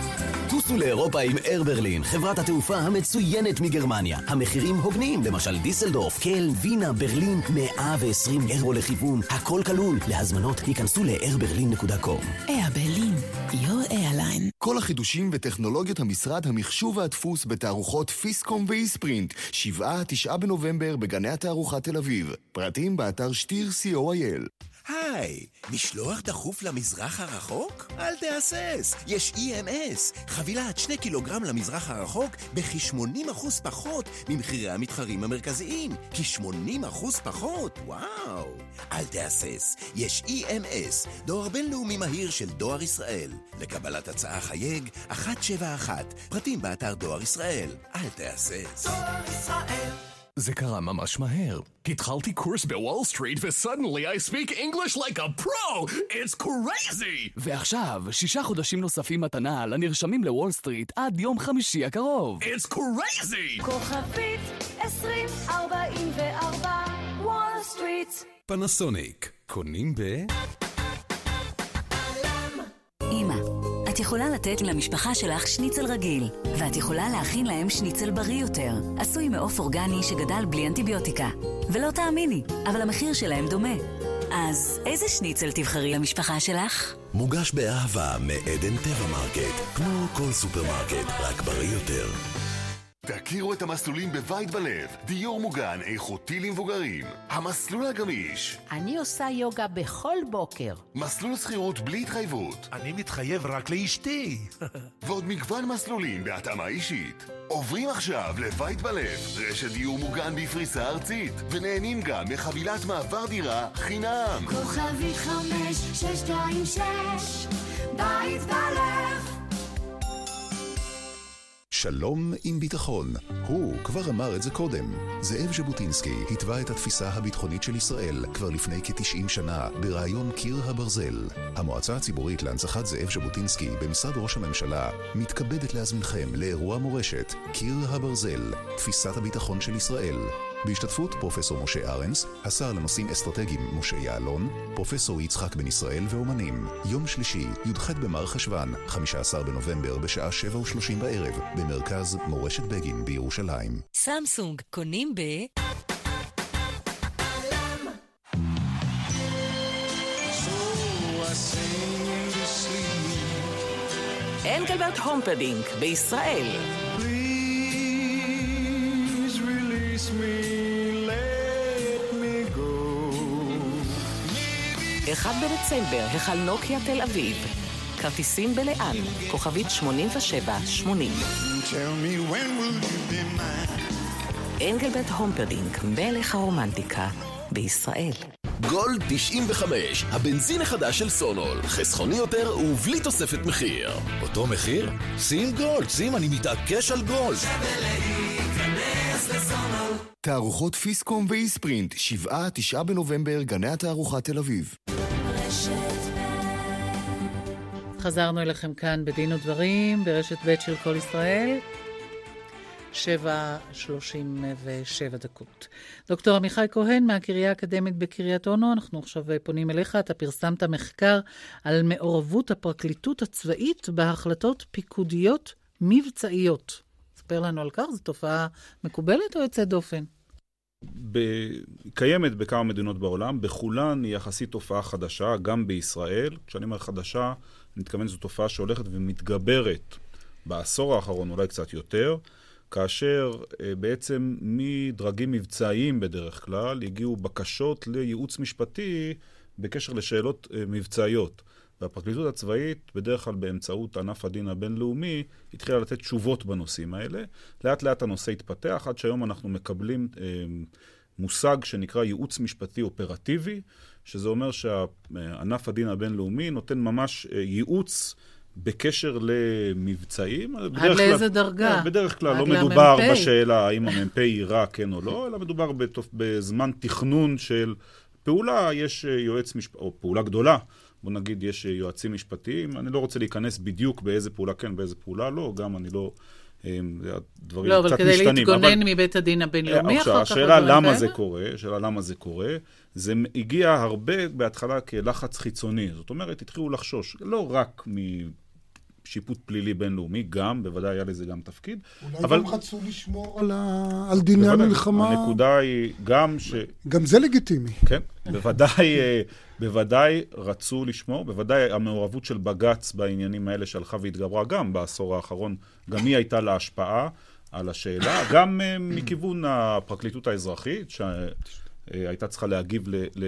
טוסו לאירופה עם אייר ברלין, חברת התעופה המצוינת מגרמניה. המחירים הוגנים, למשל דיסלדורף, קל, וינה, ברלין, 120 אירו לכיוון. הכל כלול. להזמנות, היכנסו ל-airberlin.com. אייר ברלין, your airline. כל החידושים וטכנולוגיות המשרד, המחשוב והדפוס בתערוכות פיסקום ואיספרינט, 7-9 בנובמבר בגני התערוכה תל אביב. פרטים באתר שטיר co.il. היי, משלוח דחוף למזרח הרחוק? אל תהסס, יש EMS, חבילה עד 2 קילוגרם למזרח הרחוק בכ-80% פחות ממחירי המתחרים המרכזיים. כ-80% פחות, וואו. אל תהסס, יש EMS, דואר בינלאומי מהיר של דואר ישראל. לקבלת הצעה חייג 171, פרטים באתר דואר ישראל. אל תהסס. דואר ישראל. זה קרה ממש מהר. התחלתי קורס בוול סטריט ו-suddenly I speak English like a pro! It's crazy! ועכשיו, 6 חודשים נוספים מתנה לנרשמים לוול סטריט עד יום חמישי הקרוב. It's crazy! כוכבית 2044 וול סטריט. פנסוניק, קונים ב... אמא, את יכולה לתת למשפחה שלך שניצל רגיל, ואת יכולה להכין להם שניצל בריא יותר, עשוי מעוף אורגני שגדל בלי אנטיביוטיקה. ולא תאמיני, אבל המחיר שלהם דומה. אז איזה שניצל תבחרי למשפחה שלך? מוגש באהבה מעדן טבע מרקט, כמו כל סופרמרקט, רק בריא יותר. תכירו את המסלולים בבית בלב, דיור מוגן איכותי למבוגרים. המסלול הגמיש. אני עושה יוגה בכל בוקר. מסלול שכירות בלי התחייבות. אני מתחייב רק לאשתי. ועוד מגוון מסלולים בהתאמה אישית. עוברים עכשיו לבית בלב, רשת דיור מוגן בפריסה ארצית, ונהנים גם מחבילת מעבר דירה חינם. כוכבית 5626 בית בלב. שלום עם ביטחון. הוא כבר אמר את זה קודם. זאב ז'בוטינסקי התווה את התפיסה הביטחונית של ישראל כבר לפני כ-90 שנה ברעיון קיר הברזל. המועצה הציבורית להנצחת זאב ז'בוטינסקי במשרד ראש הממשלה מתכבדת להזמינכם לאירוע מורשת קיר הברזל, תפיסת הביטחון של ישראל. בהשתתפות פרופסור משה ארנס, השר לנושאים אסטרטגיים משה יעלון, פרופסור יצחק בן ישראל ואומנים. יום שלישי, י"ח במר חשוון, 15 בנובמבר בשעה 7:30 בערב, במרכז מורשת בגין בירושלים. סמסונג, קונים ב... אנגלברט הומפרדינק בישראל. 1 בדצמבר, היכל נוקיה תל אביב. כרטיסים בלאן, כוכבית 8780. אנגלברט הומפרדינק, מלך הרומנטיקה בישראל. גולד 95, הבנזין החדש של סונול, חסכוני יותר ובלי תוספת מחיר. אותו מחיר? שים גולד, שים, אני מתעקש על גולד. תערוכות פיסקום ואיספרינט, 7-9 בנובמבר, גני התערוכה תל אביב. חזרנו אליכם כאן בדין ודברים, ברשת ב' של כל ישראל, 7:37 דקות. דוקטור עמיחי כהן מהקריה האקדמית בקריית אונו, אנחנו עכשיו פונים אליך, אתה פרסמת מחקר על מעורבות הפרקליטות הצבאית בהחלטות פיקודיות מבצעיות. ספר לנו על כך, זו תופעה מקובלת או יוצאת דופן? קיימת בכמה מדינות בעולם, בכולן היא יחסית תופעה חדשה, גם בישראל. כשאני אומר חדשה, אני מתכוון זו תופעה שהולכת ומתגברת בעשור האחרון, אולי קצת יותר, כאשר בעצם מדרגים מבצעיים בדרך כלל הגיעו בקשות לייעוץ משפטי בקשר לשאלות מבצעיות. והפרקליטות הצבאית, בדרך כלל באמצעות ענף הדין הבינלאומי, התחילה לתת תשובות בנושאים האלה. לאט לאט הנושא התפתח, עד שהיום אנחנו מקבלים מושג שנקרא ייעוץ משפטי אופרטיבי, שזה אומר שענף הדין הבינלאומי נותן ממש ייעוץ בקשר למבצעים. עד לאיזה דרגה? בדרך כלל לא מדובר בשאלה האם המ"פ יירה כן או לא, אלא מדובר בזמן תכנון של פעולה, יש יועץ משפטי, או פעולה גדולה, בוא נגיד יש יועצים משפטיים, אני לא רוצה להיכנס בדיוק באיזה פעולה כן, באיזה פעולה לא, גם אני לא, דברים לא, קצת אבל משתנים. כדי להתגונן מבית הדין הבינלאומי, אחר כך השאלה למה זה קורה, זה הגיע הרבה בהתחלה כלחץ חיצוני, זאת אומרת, התחילו לחשוש, לא רק שיפוט פלילי בינלאומי, גם, בוודאי היה לזה גם תפקיד. אולי גם רצו לשמור על דיני המלחמה. הנקודה היא גם גם זה לגיטימי. כן, בוודאי רצו לשמור, בוודאי המעורבות של בג"ץ בעניינים האלה שהלכה והתגברה גם בעשור האחרון, גם היא הייתה לה השפעה על השאלה, גם מכיוון הפרקליטות האזרחית, שהייתה צריכה להגיב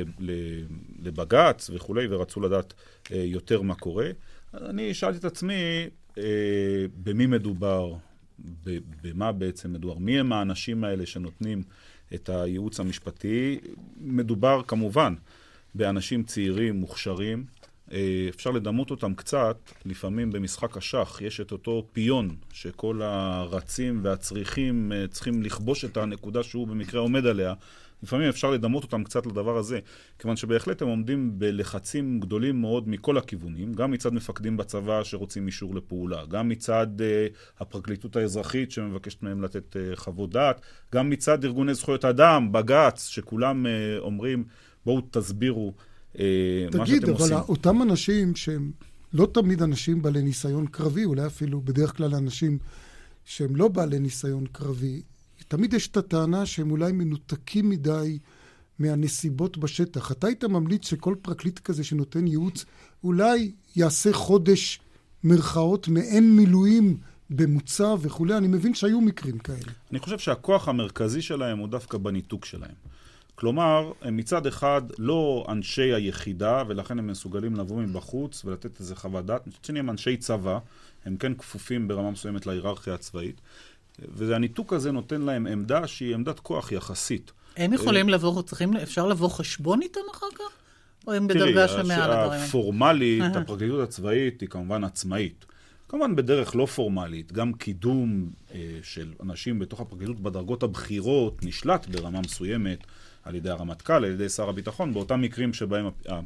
לבג"ץ וכו', ורצו לדעת יותר מה קורה. אני שאלתי את עצמי, במי מדובר, במה בעצם מדובר, מי הם האנשים האלה שנותנים את הייעוץ המשפטי. מדובר כמובן באנשים צעירים, מוכשרים, אפשר לדמות אותם קצת, לפעמים במשחק השח, יש את אותו פיון שכל הרצים והצריכים צריכים לכבוש את הנקודה שהוא במקרה עומד עליה, לפעמים אפשר לדמות אותם קצת לדבר הזה, כיוון שבהחלט הם עומדים בלחצים גדולים מאוד מכל הכיוונים, גם מצד מפקדים בצבא שרוצים אישור לפעולה, גם מצד הפרקליטות האזרחית שמבקשת מהם לתת חוות דעת, גם מצד ארגוני זכויות אדם, בג"ץ, שכולם אומרים, בואו תסבירו מה שאתם עושים. אבל אותם אנשים שהם לא תמיד אנשים בעלי ניסיון קרבי, אולי אפילו בדרך כלל אנשים שהם לא בעלי ניסיון קרבי, תמיד יש את הטענה שהם אולי מנותקים מדי מהנסיבות בשטח. אתה היית ממליץ שכל פרקליט כזה שנותן ייעוץ, אולי יעשה חודש מרכאות מעין מילואים במוצא וכו'. אני מבין שהיו מקרים כאלה. אני חושב שהכוח המרכזי שלהם הוא דווקא בניתוק שלהם. כלומר, הם מצד אחד לא אנשי היחידה, ולכן הם מסוגלים לבוא מבחוץ ולתת איזה חוות דעת. מצד שני הם אנשי צבא, הם כן כפופים ברמה מסוימת להיררכיה הצבאית. והניתוק הזה נותן להם עמדה שהיא עמדת כוח יחסית. הם יכולים לבוא, אפשר לבוא חשבון איתם אחר כך? או הם בדרגה שמעל הדברים? הפורמלית, הפרקליטות הצבאית היא כמובן עצמאית. כמובן בדרך לא פורמלית, גם קידום של אנשים בתוך הפרקליטות בדרגות הבכירות נשלט ברמה מסוימת על ידי הרמטכ"ל, על ידי שר הביטחון, באותם מקרים שבהם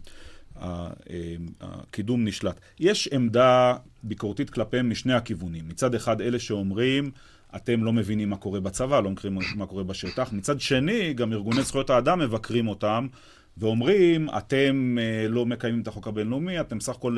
הקידום נשלט. יש עמדה ביקורתית כלפיהם משני הכיוונים. מצד אחד אלה שאומרים, אתם לא מבינים מה קורה בצבא, לא מכירים מה קורה בשטח. מצד שני, גם ארגוני זכויות האדם מבקרים אותם, ואומרים, אתם לא מקיימים את החוק הבינלאומי, אתם סך הכל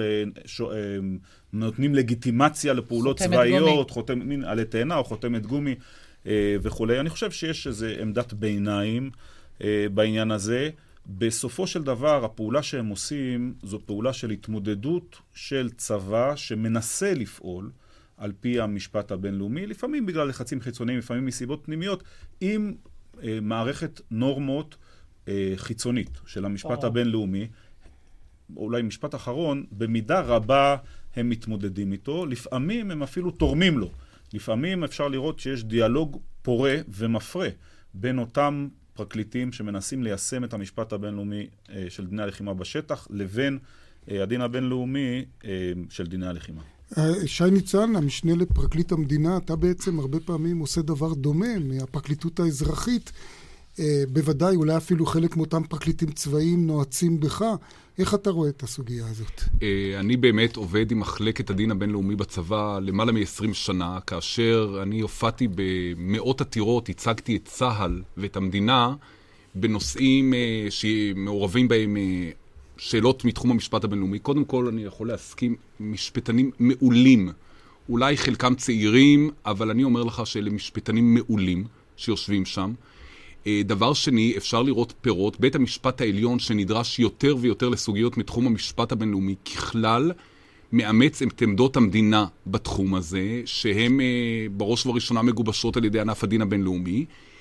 נותנים לגיטימציה לפעולות צבאיות, חותמת עלי תאנה או חותמת גומי וכו'. אני חושב שיש איזו עמדת ביניים בעניין הזה. בסופו של דבר, הפעולה שהם עושים, זו פעולה של התמודדות של צבא שמנסה לפעול, על פי המשפט הבינלאומי, לפעמים בגלל לחצים חיצוניים, לפעמים מסיבות פנימיות, עם מערכת נורמות חיצונית של המשפט הבינלאומי. אולי משפט אחרון, במידה רבה הם מתמודדים איתו, לפעמים הם אפילו תורמים לו. לפעמים אפשר לראות שיש דיאלוג פורה ומפרה בין אותם פרקליטים שמנסים ליישם את המשפט הבינלאומי של דיני הלחימה בשטח, לבין הדין הבינלאומי של דיני הלחימה. שי ניצן, המשנה לפרקליט המדינה, אתה בעצם הרבה פעמים עושה דבר דומה מהפרקליטות האזרחית, בוודאי אולי אפילו חלק מאותם פרקליטים צבאיים נועצים בך. איך אתה רואה את הסוגיה הזאת? אני באמת עובד עם מחלקת הדין הבינלאומי בצבא למעלה מ-20 שנה, כאשר אני הופעתי במאות עתירות, הצגתי את צה"ל ואת המדינה בנושאים שמעורבים בהם שאלות מתחום המשפט הבינלאומי. קודם כל אני יכול להסכים, משפטנים מעולים, אולי חלקם צעירים, אבל אני אומר לך שאלה משפטנים מעולים שיושבים שם. דבר שני, אפשר לראות פירות. בית המשפט העליון שנדרש יותר ויותר לסוגיות מתחום המשפט הבינלאומי, ככלל מאמץ את עמדות המדינה בתחום הזה, שהם בראש ובראשונה מגובשות על ידי ענף הדין הבינלאומי,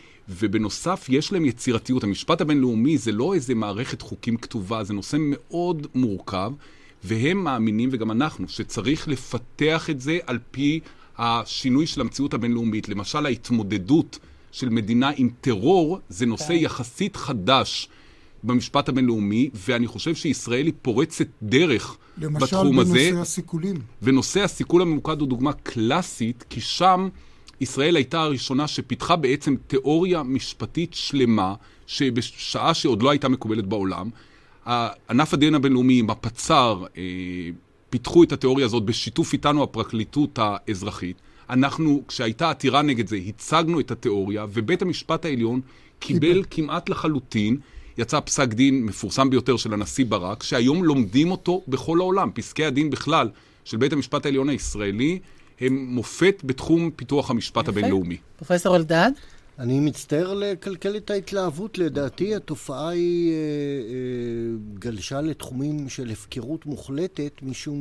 ובנוסף יש להם יצירתיות. המשפט הבינלאומי זה לא איזה מערכת חוקים כתובה, זה נושא מאוד מורכב, והם מאמינים, וגם אנחנו, שצריך לפתח את זה על פי השינוי של המציאות הבינלאומית. למשל, ההתמודדות של מדינה עם טרור זה נושא יחסית חדש במשפט הבינלאומי, ואני חושב שישראל היא פורצת דרך בתחום הזה. למשל בנושא הסיכולים. ונושא הסיכול הממוקד הוא דוגמה קלאסית, כי שם ישראל הייתה הראשונה שפיתחה בעצם תיאוריה משפטית שלמה, שבשעה שעוד לא הייתה מקובלת בעולם. ענף הדין הבינלאומי עם הפצ"ר פיתחו את התיאוריה הזאת בשיתוף איתנו הפרקליטות האזרחית. אנחנו, כשהייתה עתירה נגד זה, הצגנו את התיאוריה, ובית המשפט העליון קיבל כמעט לחלוטין, יצא פסק דין מפורסם ביותר של הנשיא ברק, שהיום לומדים אותו בכל העולם. פסקי הדין בכלל של בית המשפט העליון הישראלי, הם מופת בתחום פיתוח המשפט הבינלאומי. פרופסור אלדד? אני מצטער לקלקל את ההתלהבות. לדעתי התופעה היא גלשה לתחומים של הפקרות מוחלטת, משום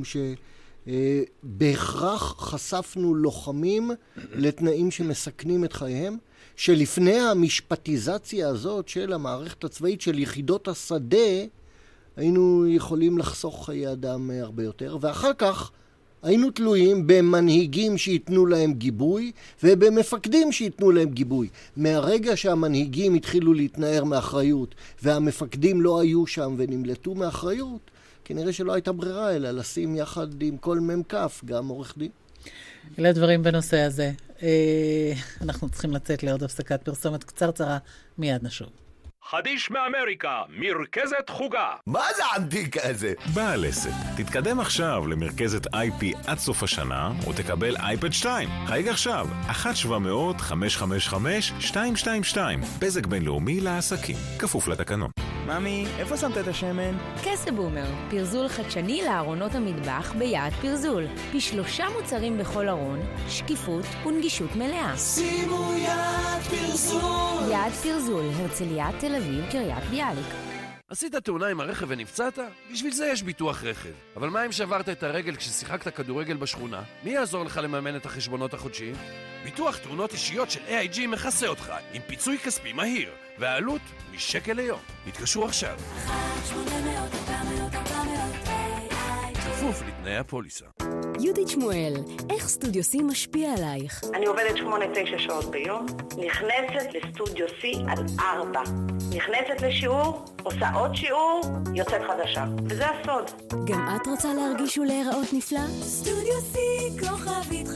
שבהכרח חשפנו לוחמים לתנאים שמסכנים את חייהם, שלפני המשפטיזציה הזאת של המערכת הצבאית של יחידות השדה, היינו יכולים לחסוך חיי אדם הרבה יותר, ואחר כך היינו תלויים במנהיגים שיתנו להם גיבוי, ובמפקדים שיתנו להם גיבוי. מהרגע שהמנהיגים התחילו להתנער מאחריות, והמפקדים לא היו שם ונמלטו מאחריות, כנראה שלא הייתה ברירה, אלא לשים יחד עם כל ממקף, גם עורך דין. אלה דברים בנושא הזה. אנחנו צריכים לצאת לעוד הפסקת פרסומת קצרצרה, מיד נשוב. חדיש מאמריקה, מרכזת חוגה. מה זה ענתיק הזה? בעל עסק, תתקדם עכשיו למרכזת IP עד סוף השנה, או תקבל אייפד 2. חייג עכשיו, 1-700-555-222. בזק בינלאומי לעסקים, כפוף לתקנון. ממי, איפה שמת את השמן? קסבומר, פרזול חדשני לארונות המטבח ביעד פרזול. ב3 מוצרים בכל ארון, שקיפות ונגישות מלאה. שימו יעד פרזול. יעד פרזול, הרצליה, תל אביב, קריית ביאליק. עשית תאונה עם הרכב ונפצעת? בשביל זה יש ביטוח רכב. אבל מה אם שברת את הרגל כששיחקת כדורגל בשכונה? מי יעזור לך לממן את החשבונות החודשיים? ביטוח תאונות אישיות של AIG מכסה אותך עם פיצוי כספי מהיר, והעלות משקל ליום. התקשרו עכשיו. 1-800-400-400-AIG. כפוף לתנאי הפוליסה. יהודית שמואל, איך סטודיו C משפיע עלייך? אני עובדת 8-9 שעות ביום, נכנסת לסטודיו C על 4. נכנסת לשיעור, עושה עוד שיעור, יוצאת חדשה. וזה הסוד. גם את רוצה להרגיש ולהיראות נפלא? סטודיו C, כוכבית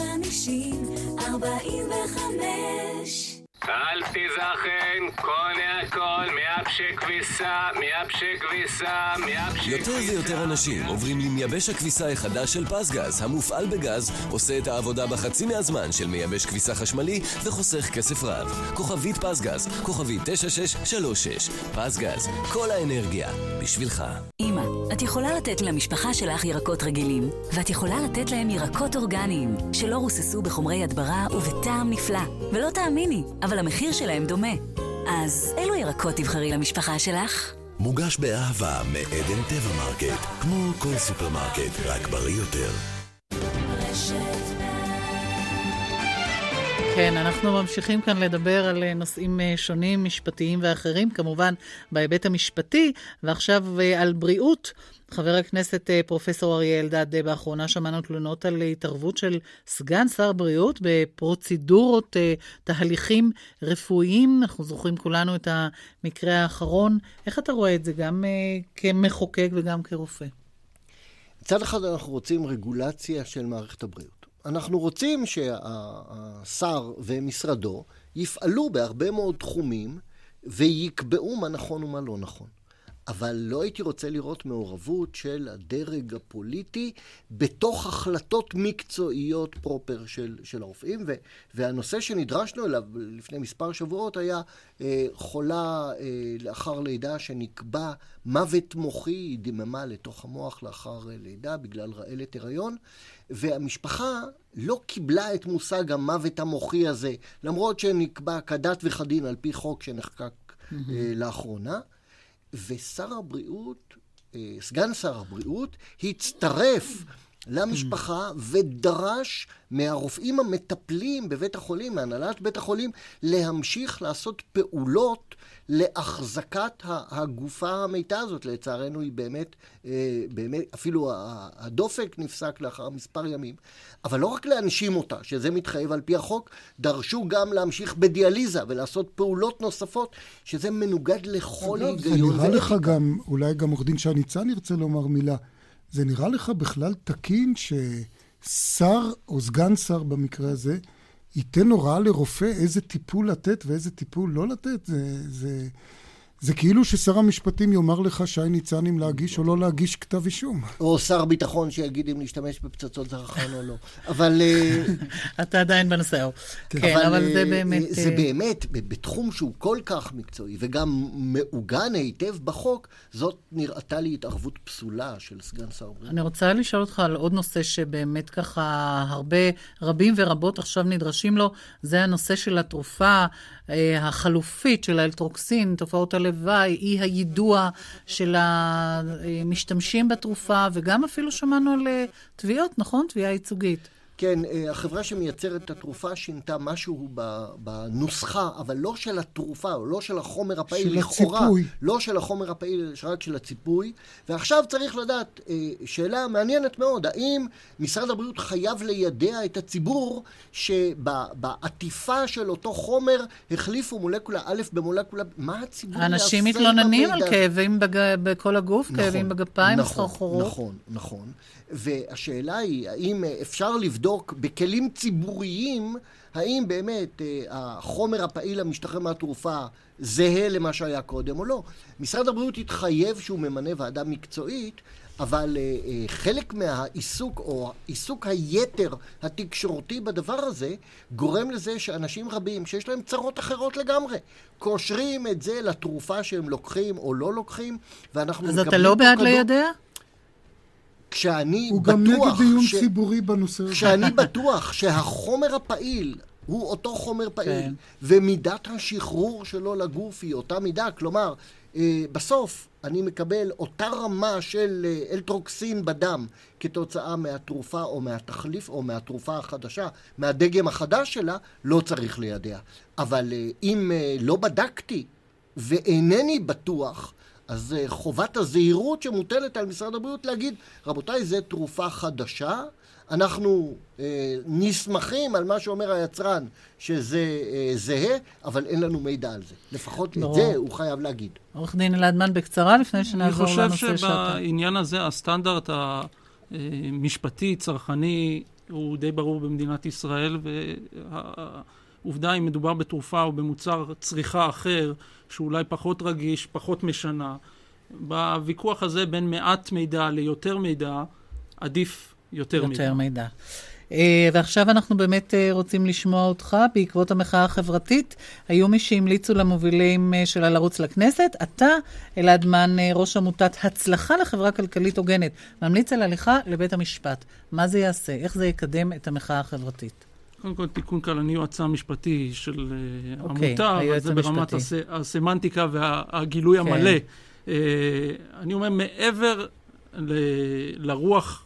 50-45. אל תזכן, קונה הכל, מייבשי כביסה, מייבשי כביסה, מייבשי יותר ויותר אנשים עוברים למייבש הכביסה החדש של פסגז. המופעל בגז עושה את העבודה בחצי מהזמן של מייבש כביסה חשמלי וחוסך כסף רב. כוכבית פסגז, כוכבית 9636. פסגז, כל האנרגיה בשבילך. אמא, את יכולה לתת למשפחה שלך ירקות רגילים, ואת יכולה לתת להם ירקות אורגניים, שלא רוססו בחומרי הדברה ובטעם נפלא. ולא תאמיני, אבל המחיר שלהם דומה. אז אילו ירקות תבחרי למשפחה שלך? מוגש באהבה מעדן טבע מרקט. כמו כל סופרמרקט, רק בריא יותר. כן, אנחנו ממשיכים כאן לדבר על נושאים שונים, משפטיים ואחרים, כמובן בהיבט המשפטי, ועכשיו על בריאות. חבר הכנסת פרופסור אריה אלדד, באחרונה שמענו תלונות על התערבות של סגן שר בריאות בפרוצדורות, תהליכים רפואיים. אנחנו זוכרים כולנו את המקרה האחרון. איך אתה רואה את זה גם כמחוקק וגם כרופא? מצד אחד אנחנו רוצים רגולציה של מערכת הבריאות. אנחנו רוצים שהשר ומשרדו יפעלו בהרבה מאוד תחומים ויקבעו מה נכון ומה לא נכון. אבל לא הייתי רוצה לראות מעורבות של הדרג הפוליטי בתוך החלטות מקצועיות פרופר של הרופאים. והנושא שנדרשנו אליו לפני מספר שבועות היה חולה לאחר לידה שנקבע מוות מוחי, היא דממה לתוך המוח לאחר לידה בגלל רעלת הריון, והמשפחה לא קיבלה את מושג המוות המוחי הזה, למרות שנקבע כדת וכדין על פי חוק שנחקק לאחרונה. ושר הבריאות, סגן שר הבריאות, הצטרף למשפחה ודרש מהרופאים המטפלים בבית החולים, מהנהלת בית החולים, להמשיך לעשות פעולות להחזקת הגופה המתה הזאת. לצערנו היא באמת, אפילו הדופק נפסק לאחר מספר ימים. אבל לא רק להנשים אותה, שזה מתחייב על פי החוק, דרשו גם להמשיך בדיאליזה ולעשות פעולות נוספות, שזה מנוגד לכל היגיון. זה נראה לך גם, אולי גם עורך דין שי ניצן ירצה לומר מילה, זה נראה לך בכלל תקין ששר או סגן שר במקרה הזה ייתן הוראה לרופא איזה טיפול לתת ואיזה טיפול לא לתת? זה כאילו ששר המשפטים יאמר לך שי ניצן אם להגיש או לא להגיש כתב אישום. או שר ביטחון שיגיד אם להשתמש בפצצות זרחן או לא. אבל... אתה עדיין בנושא. כן, אבל זה באמת... זה באמת, בתחום שהוא כל כך מקצועי, וגם מעוגן היטב בחוק, זאת נראתה לי התערבות פסולה של סגן שר הבריאות. אני רוצה לשאול אותך על עוד נושא שבאמת ככה רבים ורבות עכשיו נדרשים לו, זה הנושא של התרופה החלופית של האלטרוקסין, תופעות הלוואי, אי הידוע של המשתמשים בתרופה, וגם אפילו שמענו על תביעות, נכון? תביעה ייצוגית. כן, החברה שמייצרת את התרופה שינתה משהו בנוסחה, אבל לא של התרופה, או לא של החומר הפעיל, לכאורה, לא של החומר הפעיל, רק של הציפוי. ועכשיו צריך לדעת, שאלה מעניינת מאוד, האם משרד הבריאות חייב לידע את הציבור שבעטיפה של אותו חומר החליפו מולקולה א' במולקולה, מה הציבור יעשה? אנשים מתלוננים על כאבים בכל הגוף, כאבים בגפיים, סחרחורות. נכון. והשאלה היא, האם אפשר לבדוק בכלים ציבוריים, האם באמת החומר הפעיל המשתחרר מהתרופה זהה למה שהיה קודם או לא. משרד הבריאות התחייב שהוא ממנה ועדה מקצועית, אבל חלק מהעיסוק או עיסוק היתר התקשורתי בדבר הזה גורם לזה שאנשים רבים שיש להם צרות אחרות לגמרי קושרים את זה לתרופה שהם לוקחים או לא לוקחים, ואנחנו אז אתה לא בעד לידע? הוא גם נגד דיון ציבורי בנושא הזה. כשאני בטוח שהחומר הפעיל הוא אותו חומר פעיל, ומידת השחרור שלו לגוף היא אותה מידה, כלומר, בסוף אני מקבל אותה רמה של אלטרוקסין בדם כתוצאה מהתרופה או מהתחליף או מהתרופה החדשה, מהדגם החדש שלה, לא צריך לידע. אבל אם לא בדקתי ואינני בטוח, אז חובת הזהירות שמוטלת על משרד הבריאות להגיד, רבותיי, זו תרופה חדשה, אנחנו נסמכים על מה שאומר היצרן שזה זהה, אבל אין לנו מידע על זה. לפחות את זה הוא חייב להגיד. עורך דין אלעדמן בקצרה לפני שנעבור לנושא שאתה. אני חושב שבעניין הזה הסטנדרט המשפטי, צרכני, הוא די ברור במדינת ישראל, והעובדה אם מדובר בתרופה או במוצר צריכה אחר, שאולי פחות רגיש, פחות משנה. בוויכוח הזה בין מעט מידע ליותר מידע, עדיף יותר מידע. ועכשיו אנחנו באמת רוצים לשמוע אותך. בעקבות המחאה החברתית, היו מי שהמליצו למובילים שלה לרוץ לכנסת. אתה, אלעדמן, ראש עמותת הצלחה לחברה כלכלית הוגנת, ממליץ על הליכה לבית המשפט. מה זה יעשה? איך זה יקדם את המחאה החברתית? קודם כל, תיקון קל, אני יועצה המשפטי של עמותה, אבל זה ברמת הסמנטיקה והגילוי המלא. אני אומר, מעבר לרוח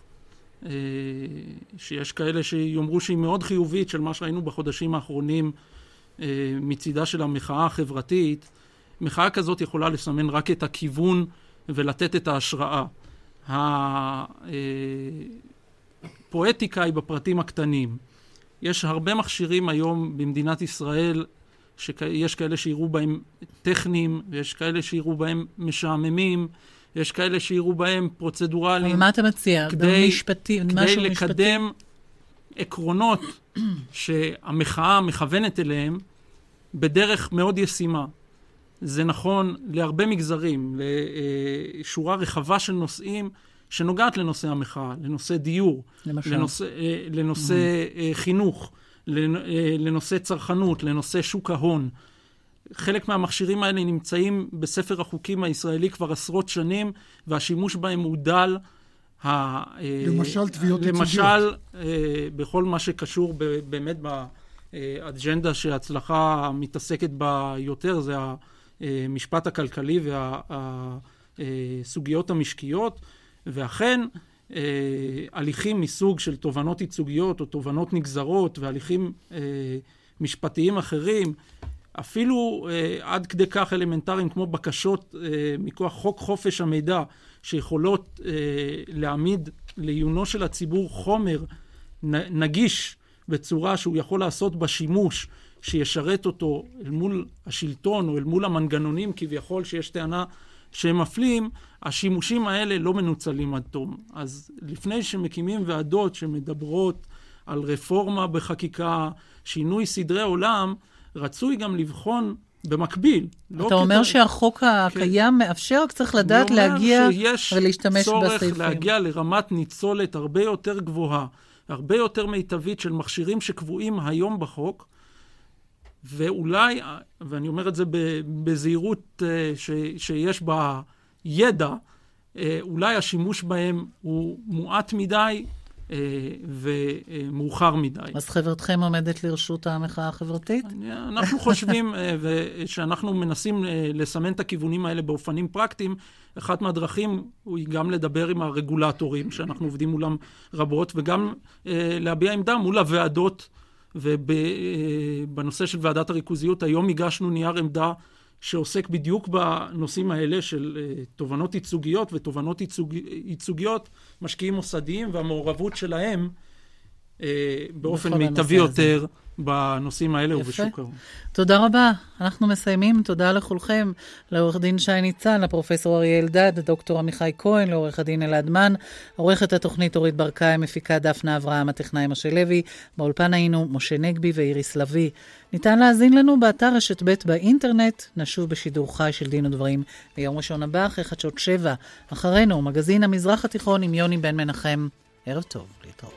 שיש כאלה שיאמרו שהיא מאוד חיובית של מה שראינו בחודשים האחרונים מצידה של המחאה החברתית, מחאה כזאת יכולה לסמן רק את הכיוון ולתת את ההשראה. הפואטיקה היא בפרטים הקטנים. יש הרבה מכשירים היום במדינת ישראל, שיש כאלה שיראו בהם טכניים, ויש כאלה שיראו בהם משעממים, יש כאלה שיראו בהם פרוצדורליים. מה אתה מציע? כדי לקדם עקרונות שהמחאה מכוונת אליהם בדרך מאוד ישימה. זה נכון להרבה מגזרים, לשורה רחבה של נושאים שנוגעת לנושא המחאה, לנושא דיור, לנושא חינוך, לנושא צרכנות, לנושא שוק ההון. חלק מהמכשירים האלה נמצאים בספר החוקים הישראלי כבר עשרות שנים, והשימוש בהם הוא דל. למשל תביעות ייצוגיות. למשל, בכל מה שקשור באמת באג'נדה שההצלחה מתעסקת בה יותר, זה המשפט הכלכלי והסוגיות המשקיות, ואכן הליכים מסוג של תובנות ייצוגיות או תובנות נגזרות והליכים משפטיים אחרים, אפילו עד כדי כך אלמנטריים כמו בקשות מכוח חוק חופש המידע, שיכולות להעמיד לעיונו של הציבור חומר נגיש בצורה שהוא יכול לעשות בשימוש שישרת אותו אל מול השלטון או אל מול המנגנונים כביכול שיש טענה שהם מפלים, השימושים האלה לא מנוצלים עד תום. אז לפני שמקימים ועדות שמדברות על רפורמה בחקיקה, שינוי סדרי עולם, רצוי גם לבחון במקביל. אתה אומר שהחוק הקיים מאפשר, רק צריך לדעת להגיע ולהשתמש בסעיפים. שיש צורך להגיע לרמת ניצולת הרבה יותר גבוהה, הרבה יותר מיטבית של מכשירים שקבועים היום בחוק, ואולי, ואני אומר את זה בזהירות שיש בה ידע, אולי השימוש בהם הוא מועט מדי ומאוחר מדי. אז חברתכם עומדת לרשות המחאה החברתית? אנחנו חושבים שאנחנו מנסים לסמן את הכיוונים האלה באופנים פרקטיים. אחת מהדרכים היא גם לדבר עם הרגולטורים, שאנחנו עובדים מולם רבות, וגם להביע עמדה מול הוועדות, ובנושא של ועדת הריכוזיות, היום הגשנו נייר עמדה שעוסק בדיוק בנושאים האלה של תובנות ייצוגיות ותובנות ייצוגיות, משקיעים מוסדיים והמעורבות שלהם באופן מיטבי יותר בנושאים האלה ובשוק ההון. תודה רבה. אנחנו מסיימים. תודה לכולכם, לעורך דין שי ניצן, לפרופסור אריה אלדד, דוקטור עמיחי כהן, לעורך הדין אלעד מן, עורכת התוכנית אורית ברקאי, מפיקה דפנה אברהם, הטכנאי משה לוי, באולפן היינו משה נגבי ואיריס לוי. ניתן להזין לנו באתר רשת ב' באינטרנט. נשוב בשידור חי של דין ודברים ביום ראשון הבא אחרי חדשות 7. אחרינו מגזין המזרח התיכון עם יוני בן מנחם. ערב טוב, להתראות.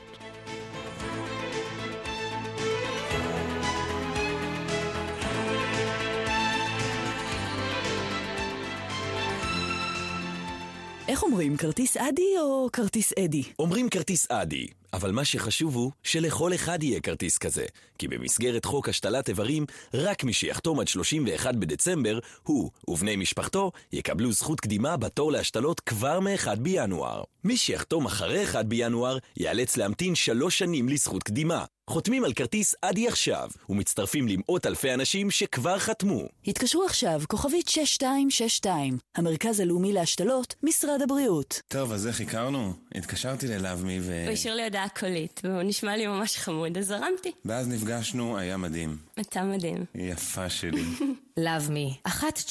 איך אומרים, כרטיס אדי או כרטיס אדי? אומרים כרטיס אדי, אבל מה שחשוב הוא שלכל אחד יהיה כרטיס כזה, כי במסגרת חוק השתלת איברים, רק מי שיחתום עד 31 בדצמבר, הוא ובני משפחתו יקבלו זכות קדימה בתור להשתלות כבר מ-1 בינואר. מי שיחתום אחרי 1 בינואר ייאלץ להמתין 3 שנים לזכות קדימה. חותמים על כרטיס אדי עכשיו, ומצטרפים למאות אלפי אנשים שכבר חתמו. התקשרו עכשיו, כוכבית 6262, המרכז הלאומי להשתלות, משרד הבריאות. טוב, אז איך הכרנו? התקשרתי ללאבמי הוא השאיר לי הודעה קולית, והוא נשמע לי ממש חמוד, אז זרמתי. ואז נפגשנו, היה מדהים. אתה מדהים. יפה שלי. לאבמי, 1-900-50-50-50.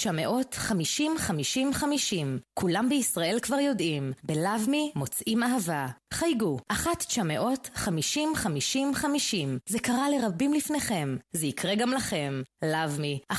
כולם בישראל כבר יודעים. בלאבמי מוצאים אהבה. חייגו, 1-900-50-50-50. זה קרה לרבים לפניכם. זה יקרה גם לכם. לאבמי, 1-900-50-50-50.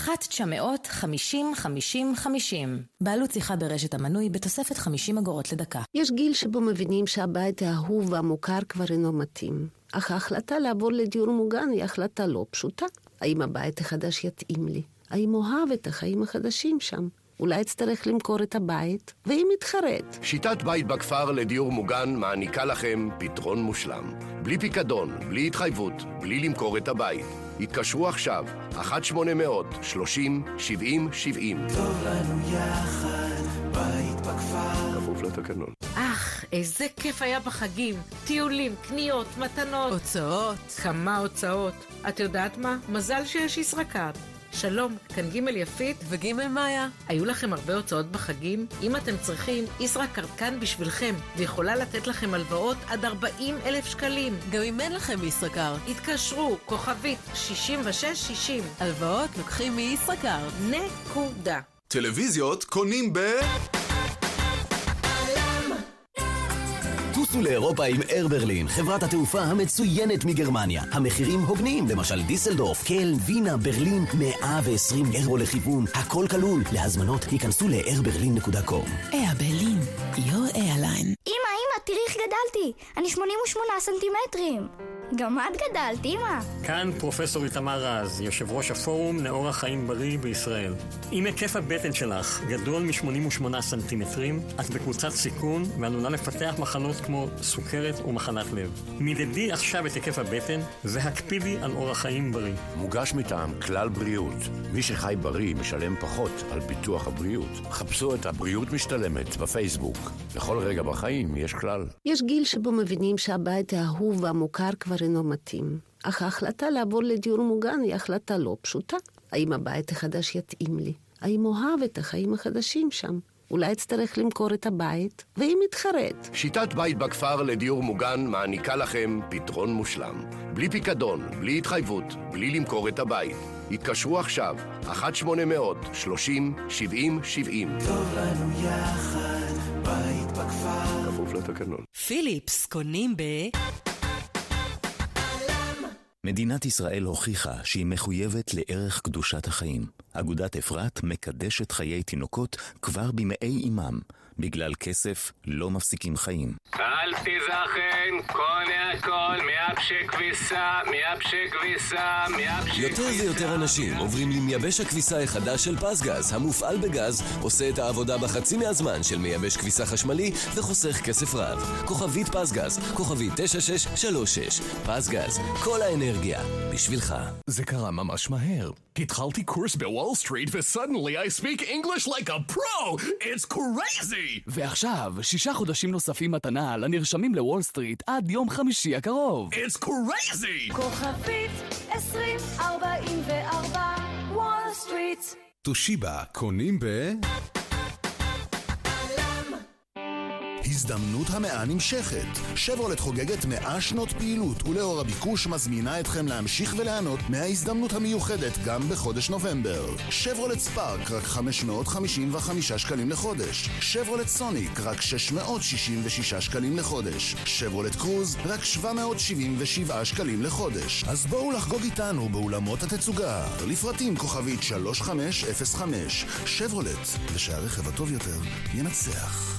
בעלות שיחה ברשת המנוי בתוספת 50 אגורות לדקה. יש גיל שבו מבינים שהבית האהוב והמוכר כבר אינו מתאים. אך ההחלטה לעבור לדיור מוגן היא החלטה לא פשוטה. האם הבית החדש יתאים לי? האם אוהב את החיים החדשים שם? אולי אצטרך למכור את הבית, ואם יתחרט. שיטת בית בכפר לדיור מוגן מעניקה לכם פתרון מושלם. בלי פיקדון, בלי התחייבות, בלי למכור את הבית. התקשרו עכשיו, 1-800-30-70-70. טוב לנו יחד, בית בכפר. כפוף לתקנון. איזה כיף היה בחגים. טיולים, קניות, מתנות. הוצאות. כמה הוצאות. את יודעת מה? מזל שיש ישראכרט. שלום, כאן ג' יפית וג' מאיה. היו לכם הרבה הוצאות בחגים? אם אתם צריכים, ישראכרט כאן בשבילכם, ויכולה לתת לכם הלוואות עד 40,000 שקלים. גם אם אין לכם ישראכרט. התקשרו, כוכבית 6660. הלוואות לוקחים מישראכרט. נקודה. טלוויזיות קונים ב... טוסו לאירופה עם אייר ברלין, חברת התעופה המצוינת מגרמניה. המחירים הוגנים, למשל דיסלדורף, קלן, וינה, ברלין, 120 אירו לכיוון. הכל כלול. להזמנות, היכנסו ל-airberlin.com. אייר ברלין, your airline. אמא, תראי איך גדלתי. אני 88 סנטימטרים. גם את גדלת, אמא. כאן פרופסור איתמר רז, יושב ראש הפורום לאורח חיים בריא בישראל. אם היקף הבטן שלך גדול מ-88 סנטימטרים, את בקבוצת סיכון ועלולה לפתח מחלות כמו סוכרת ומחלת לב. מדדי עכשיו את היקף הבטן והקפידי על אורח חיים בריא. מוגש מטעם כלל בריאות. מי שחי בריא משלם פחות על ביטוח הבריאות. חפשו את הבריאות משתלמת בפייסבוק. לכל רגע בחיים יש כלל. יש גיל שבו מבינים שהבית האהוב והמוכר כבר אינו מתאים. אך ההחלטה לעבור לדיור מוגן היא החלטה לא פשוטה. האם הבית החדש יתאים לי? האם אוהב את החיים החדשים שם? אולי אצטרך למכור את הבית, ואם יתחרט. שיטת בית בכפר לדיור מוגן מעניקה לכם פתרון מושלם. בלי פיקדון, בלי התחייבות, בלי למכור את הבית. התקשרו עכשיו, 1-800-30-70-70. טוב לנו יחד, בית בכפר. כפוף לתקנון. פיליפס קונים ב... מדינת ישראל הוכיחה שהיא מחויבת לערך קדושת החיים. אגודת אפרת מקדשת חיי תינוקות כבר בימי אימם. בגלל כסף לא מפסיקים חיים. אל תזכן, קונה הכל, מייבשי כביסה, מייבשי כביסה, מייבשי יותר ויותר אנשים עוברים למייבש הכביסה החדש של פסגז, המופעל בגז, עושה את העבודה בחצי מהזמן של מייבש כביסה חשמלי וחוסך כסף רב. כוכבית פסגז, כוכבית 9636. פסגז, כל האנרגיה בשבילך. זה קרה ממש מהר. התחלתי קורס בוול סטריט ו-suddenly I speak English like a pro! It's crazy! ועכשיו, 6 חודשים נוספים מתנה לנרשמים לוול סטריט עד יום חמישי הקרוב. It's crazy! כוכבית 2044 וול סטריט. תושיבה, קונים ב... הזדמנות המאה נמשכת. שברולט חוגגת 100 שנות פעילות, ולאור הביקוש מזמינה אתכם להמשיך וליהנות מההזדמנות המיוחדת גם בחודש נובמבר. שברולט ספארק רק 555 שקלים לחודש. שברולט סוניק רק 666 שקלים לחודש. שברולט קרוז רק 777 שקלים לחודש. אז בואו לחגוג איתנו באולמות התצוגה. לפרטים כוכבית 3505. שברולט, ושהרכב הטוב יותר ינצח.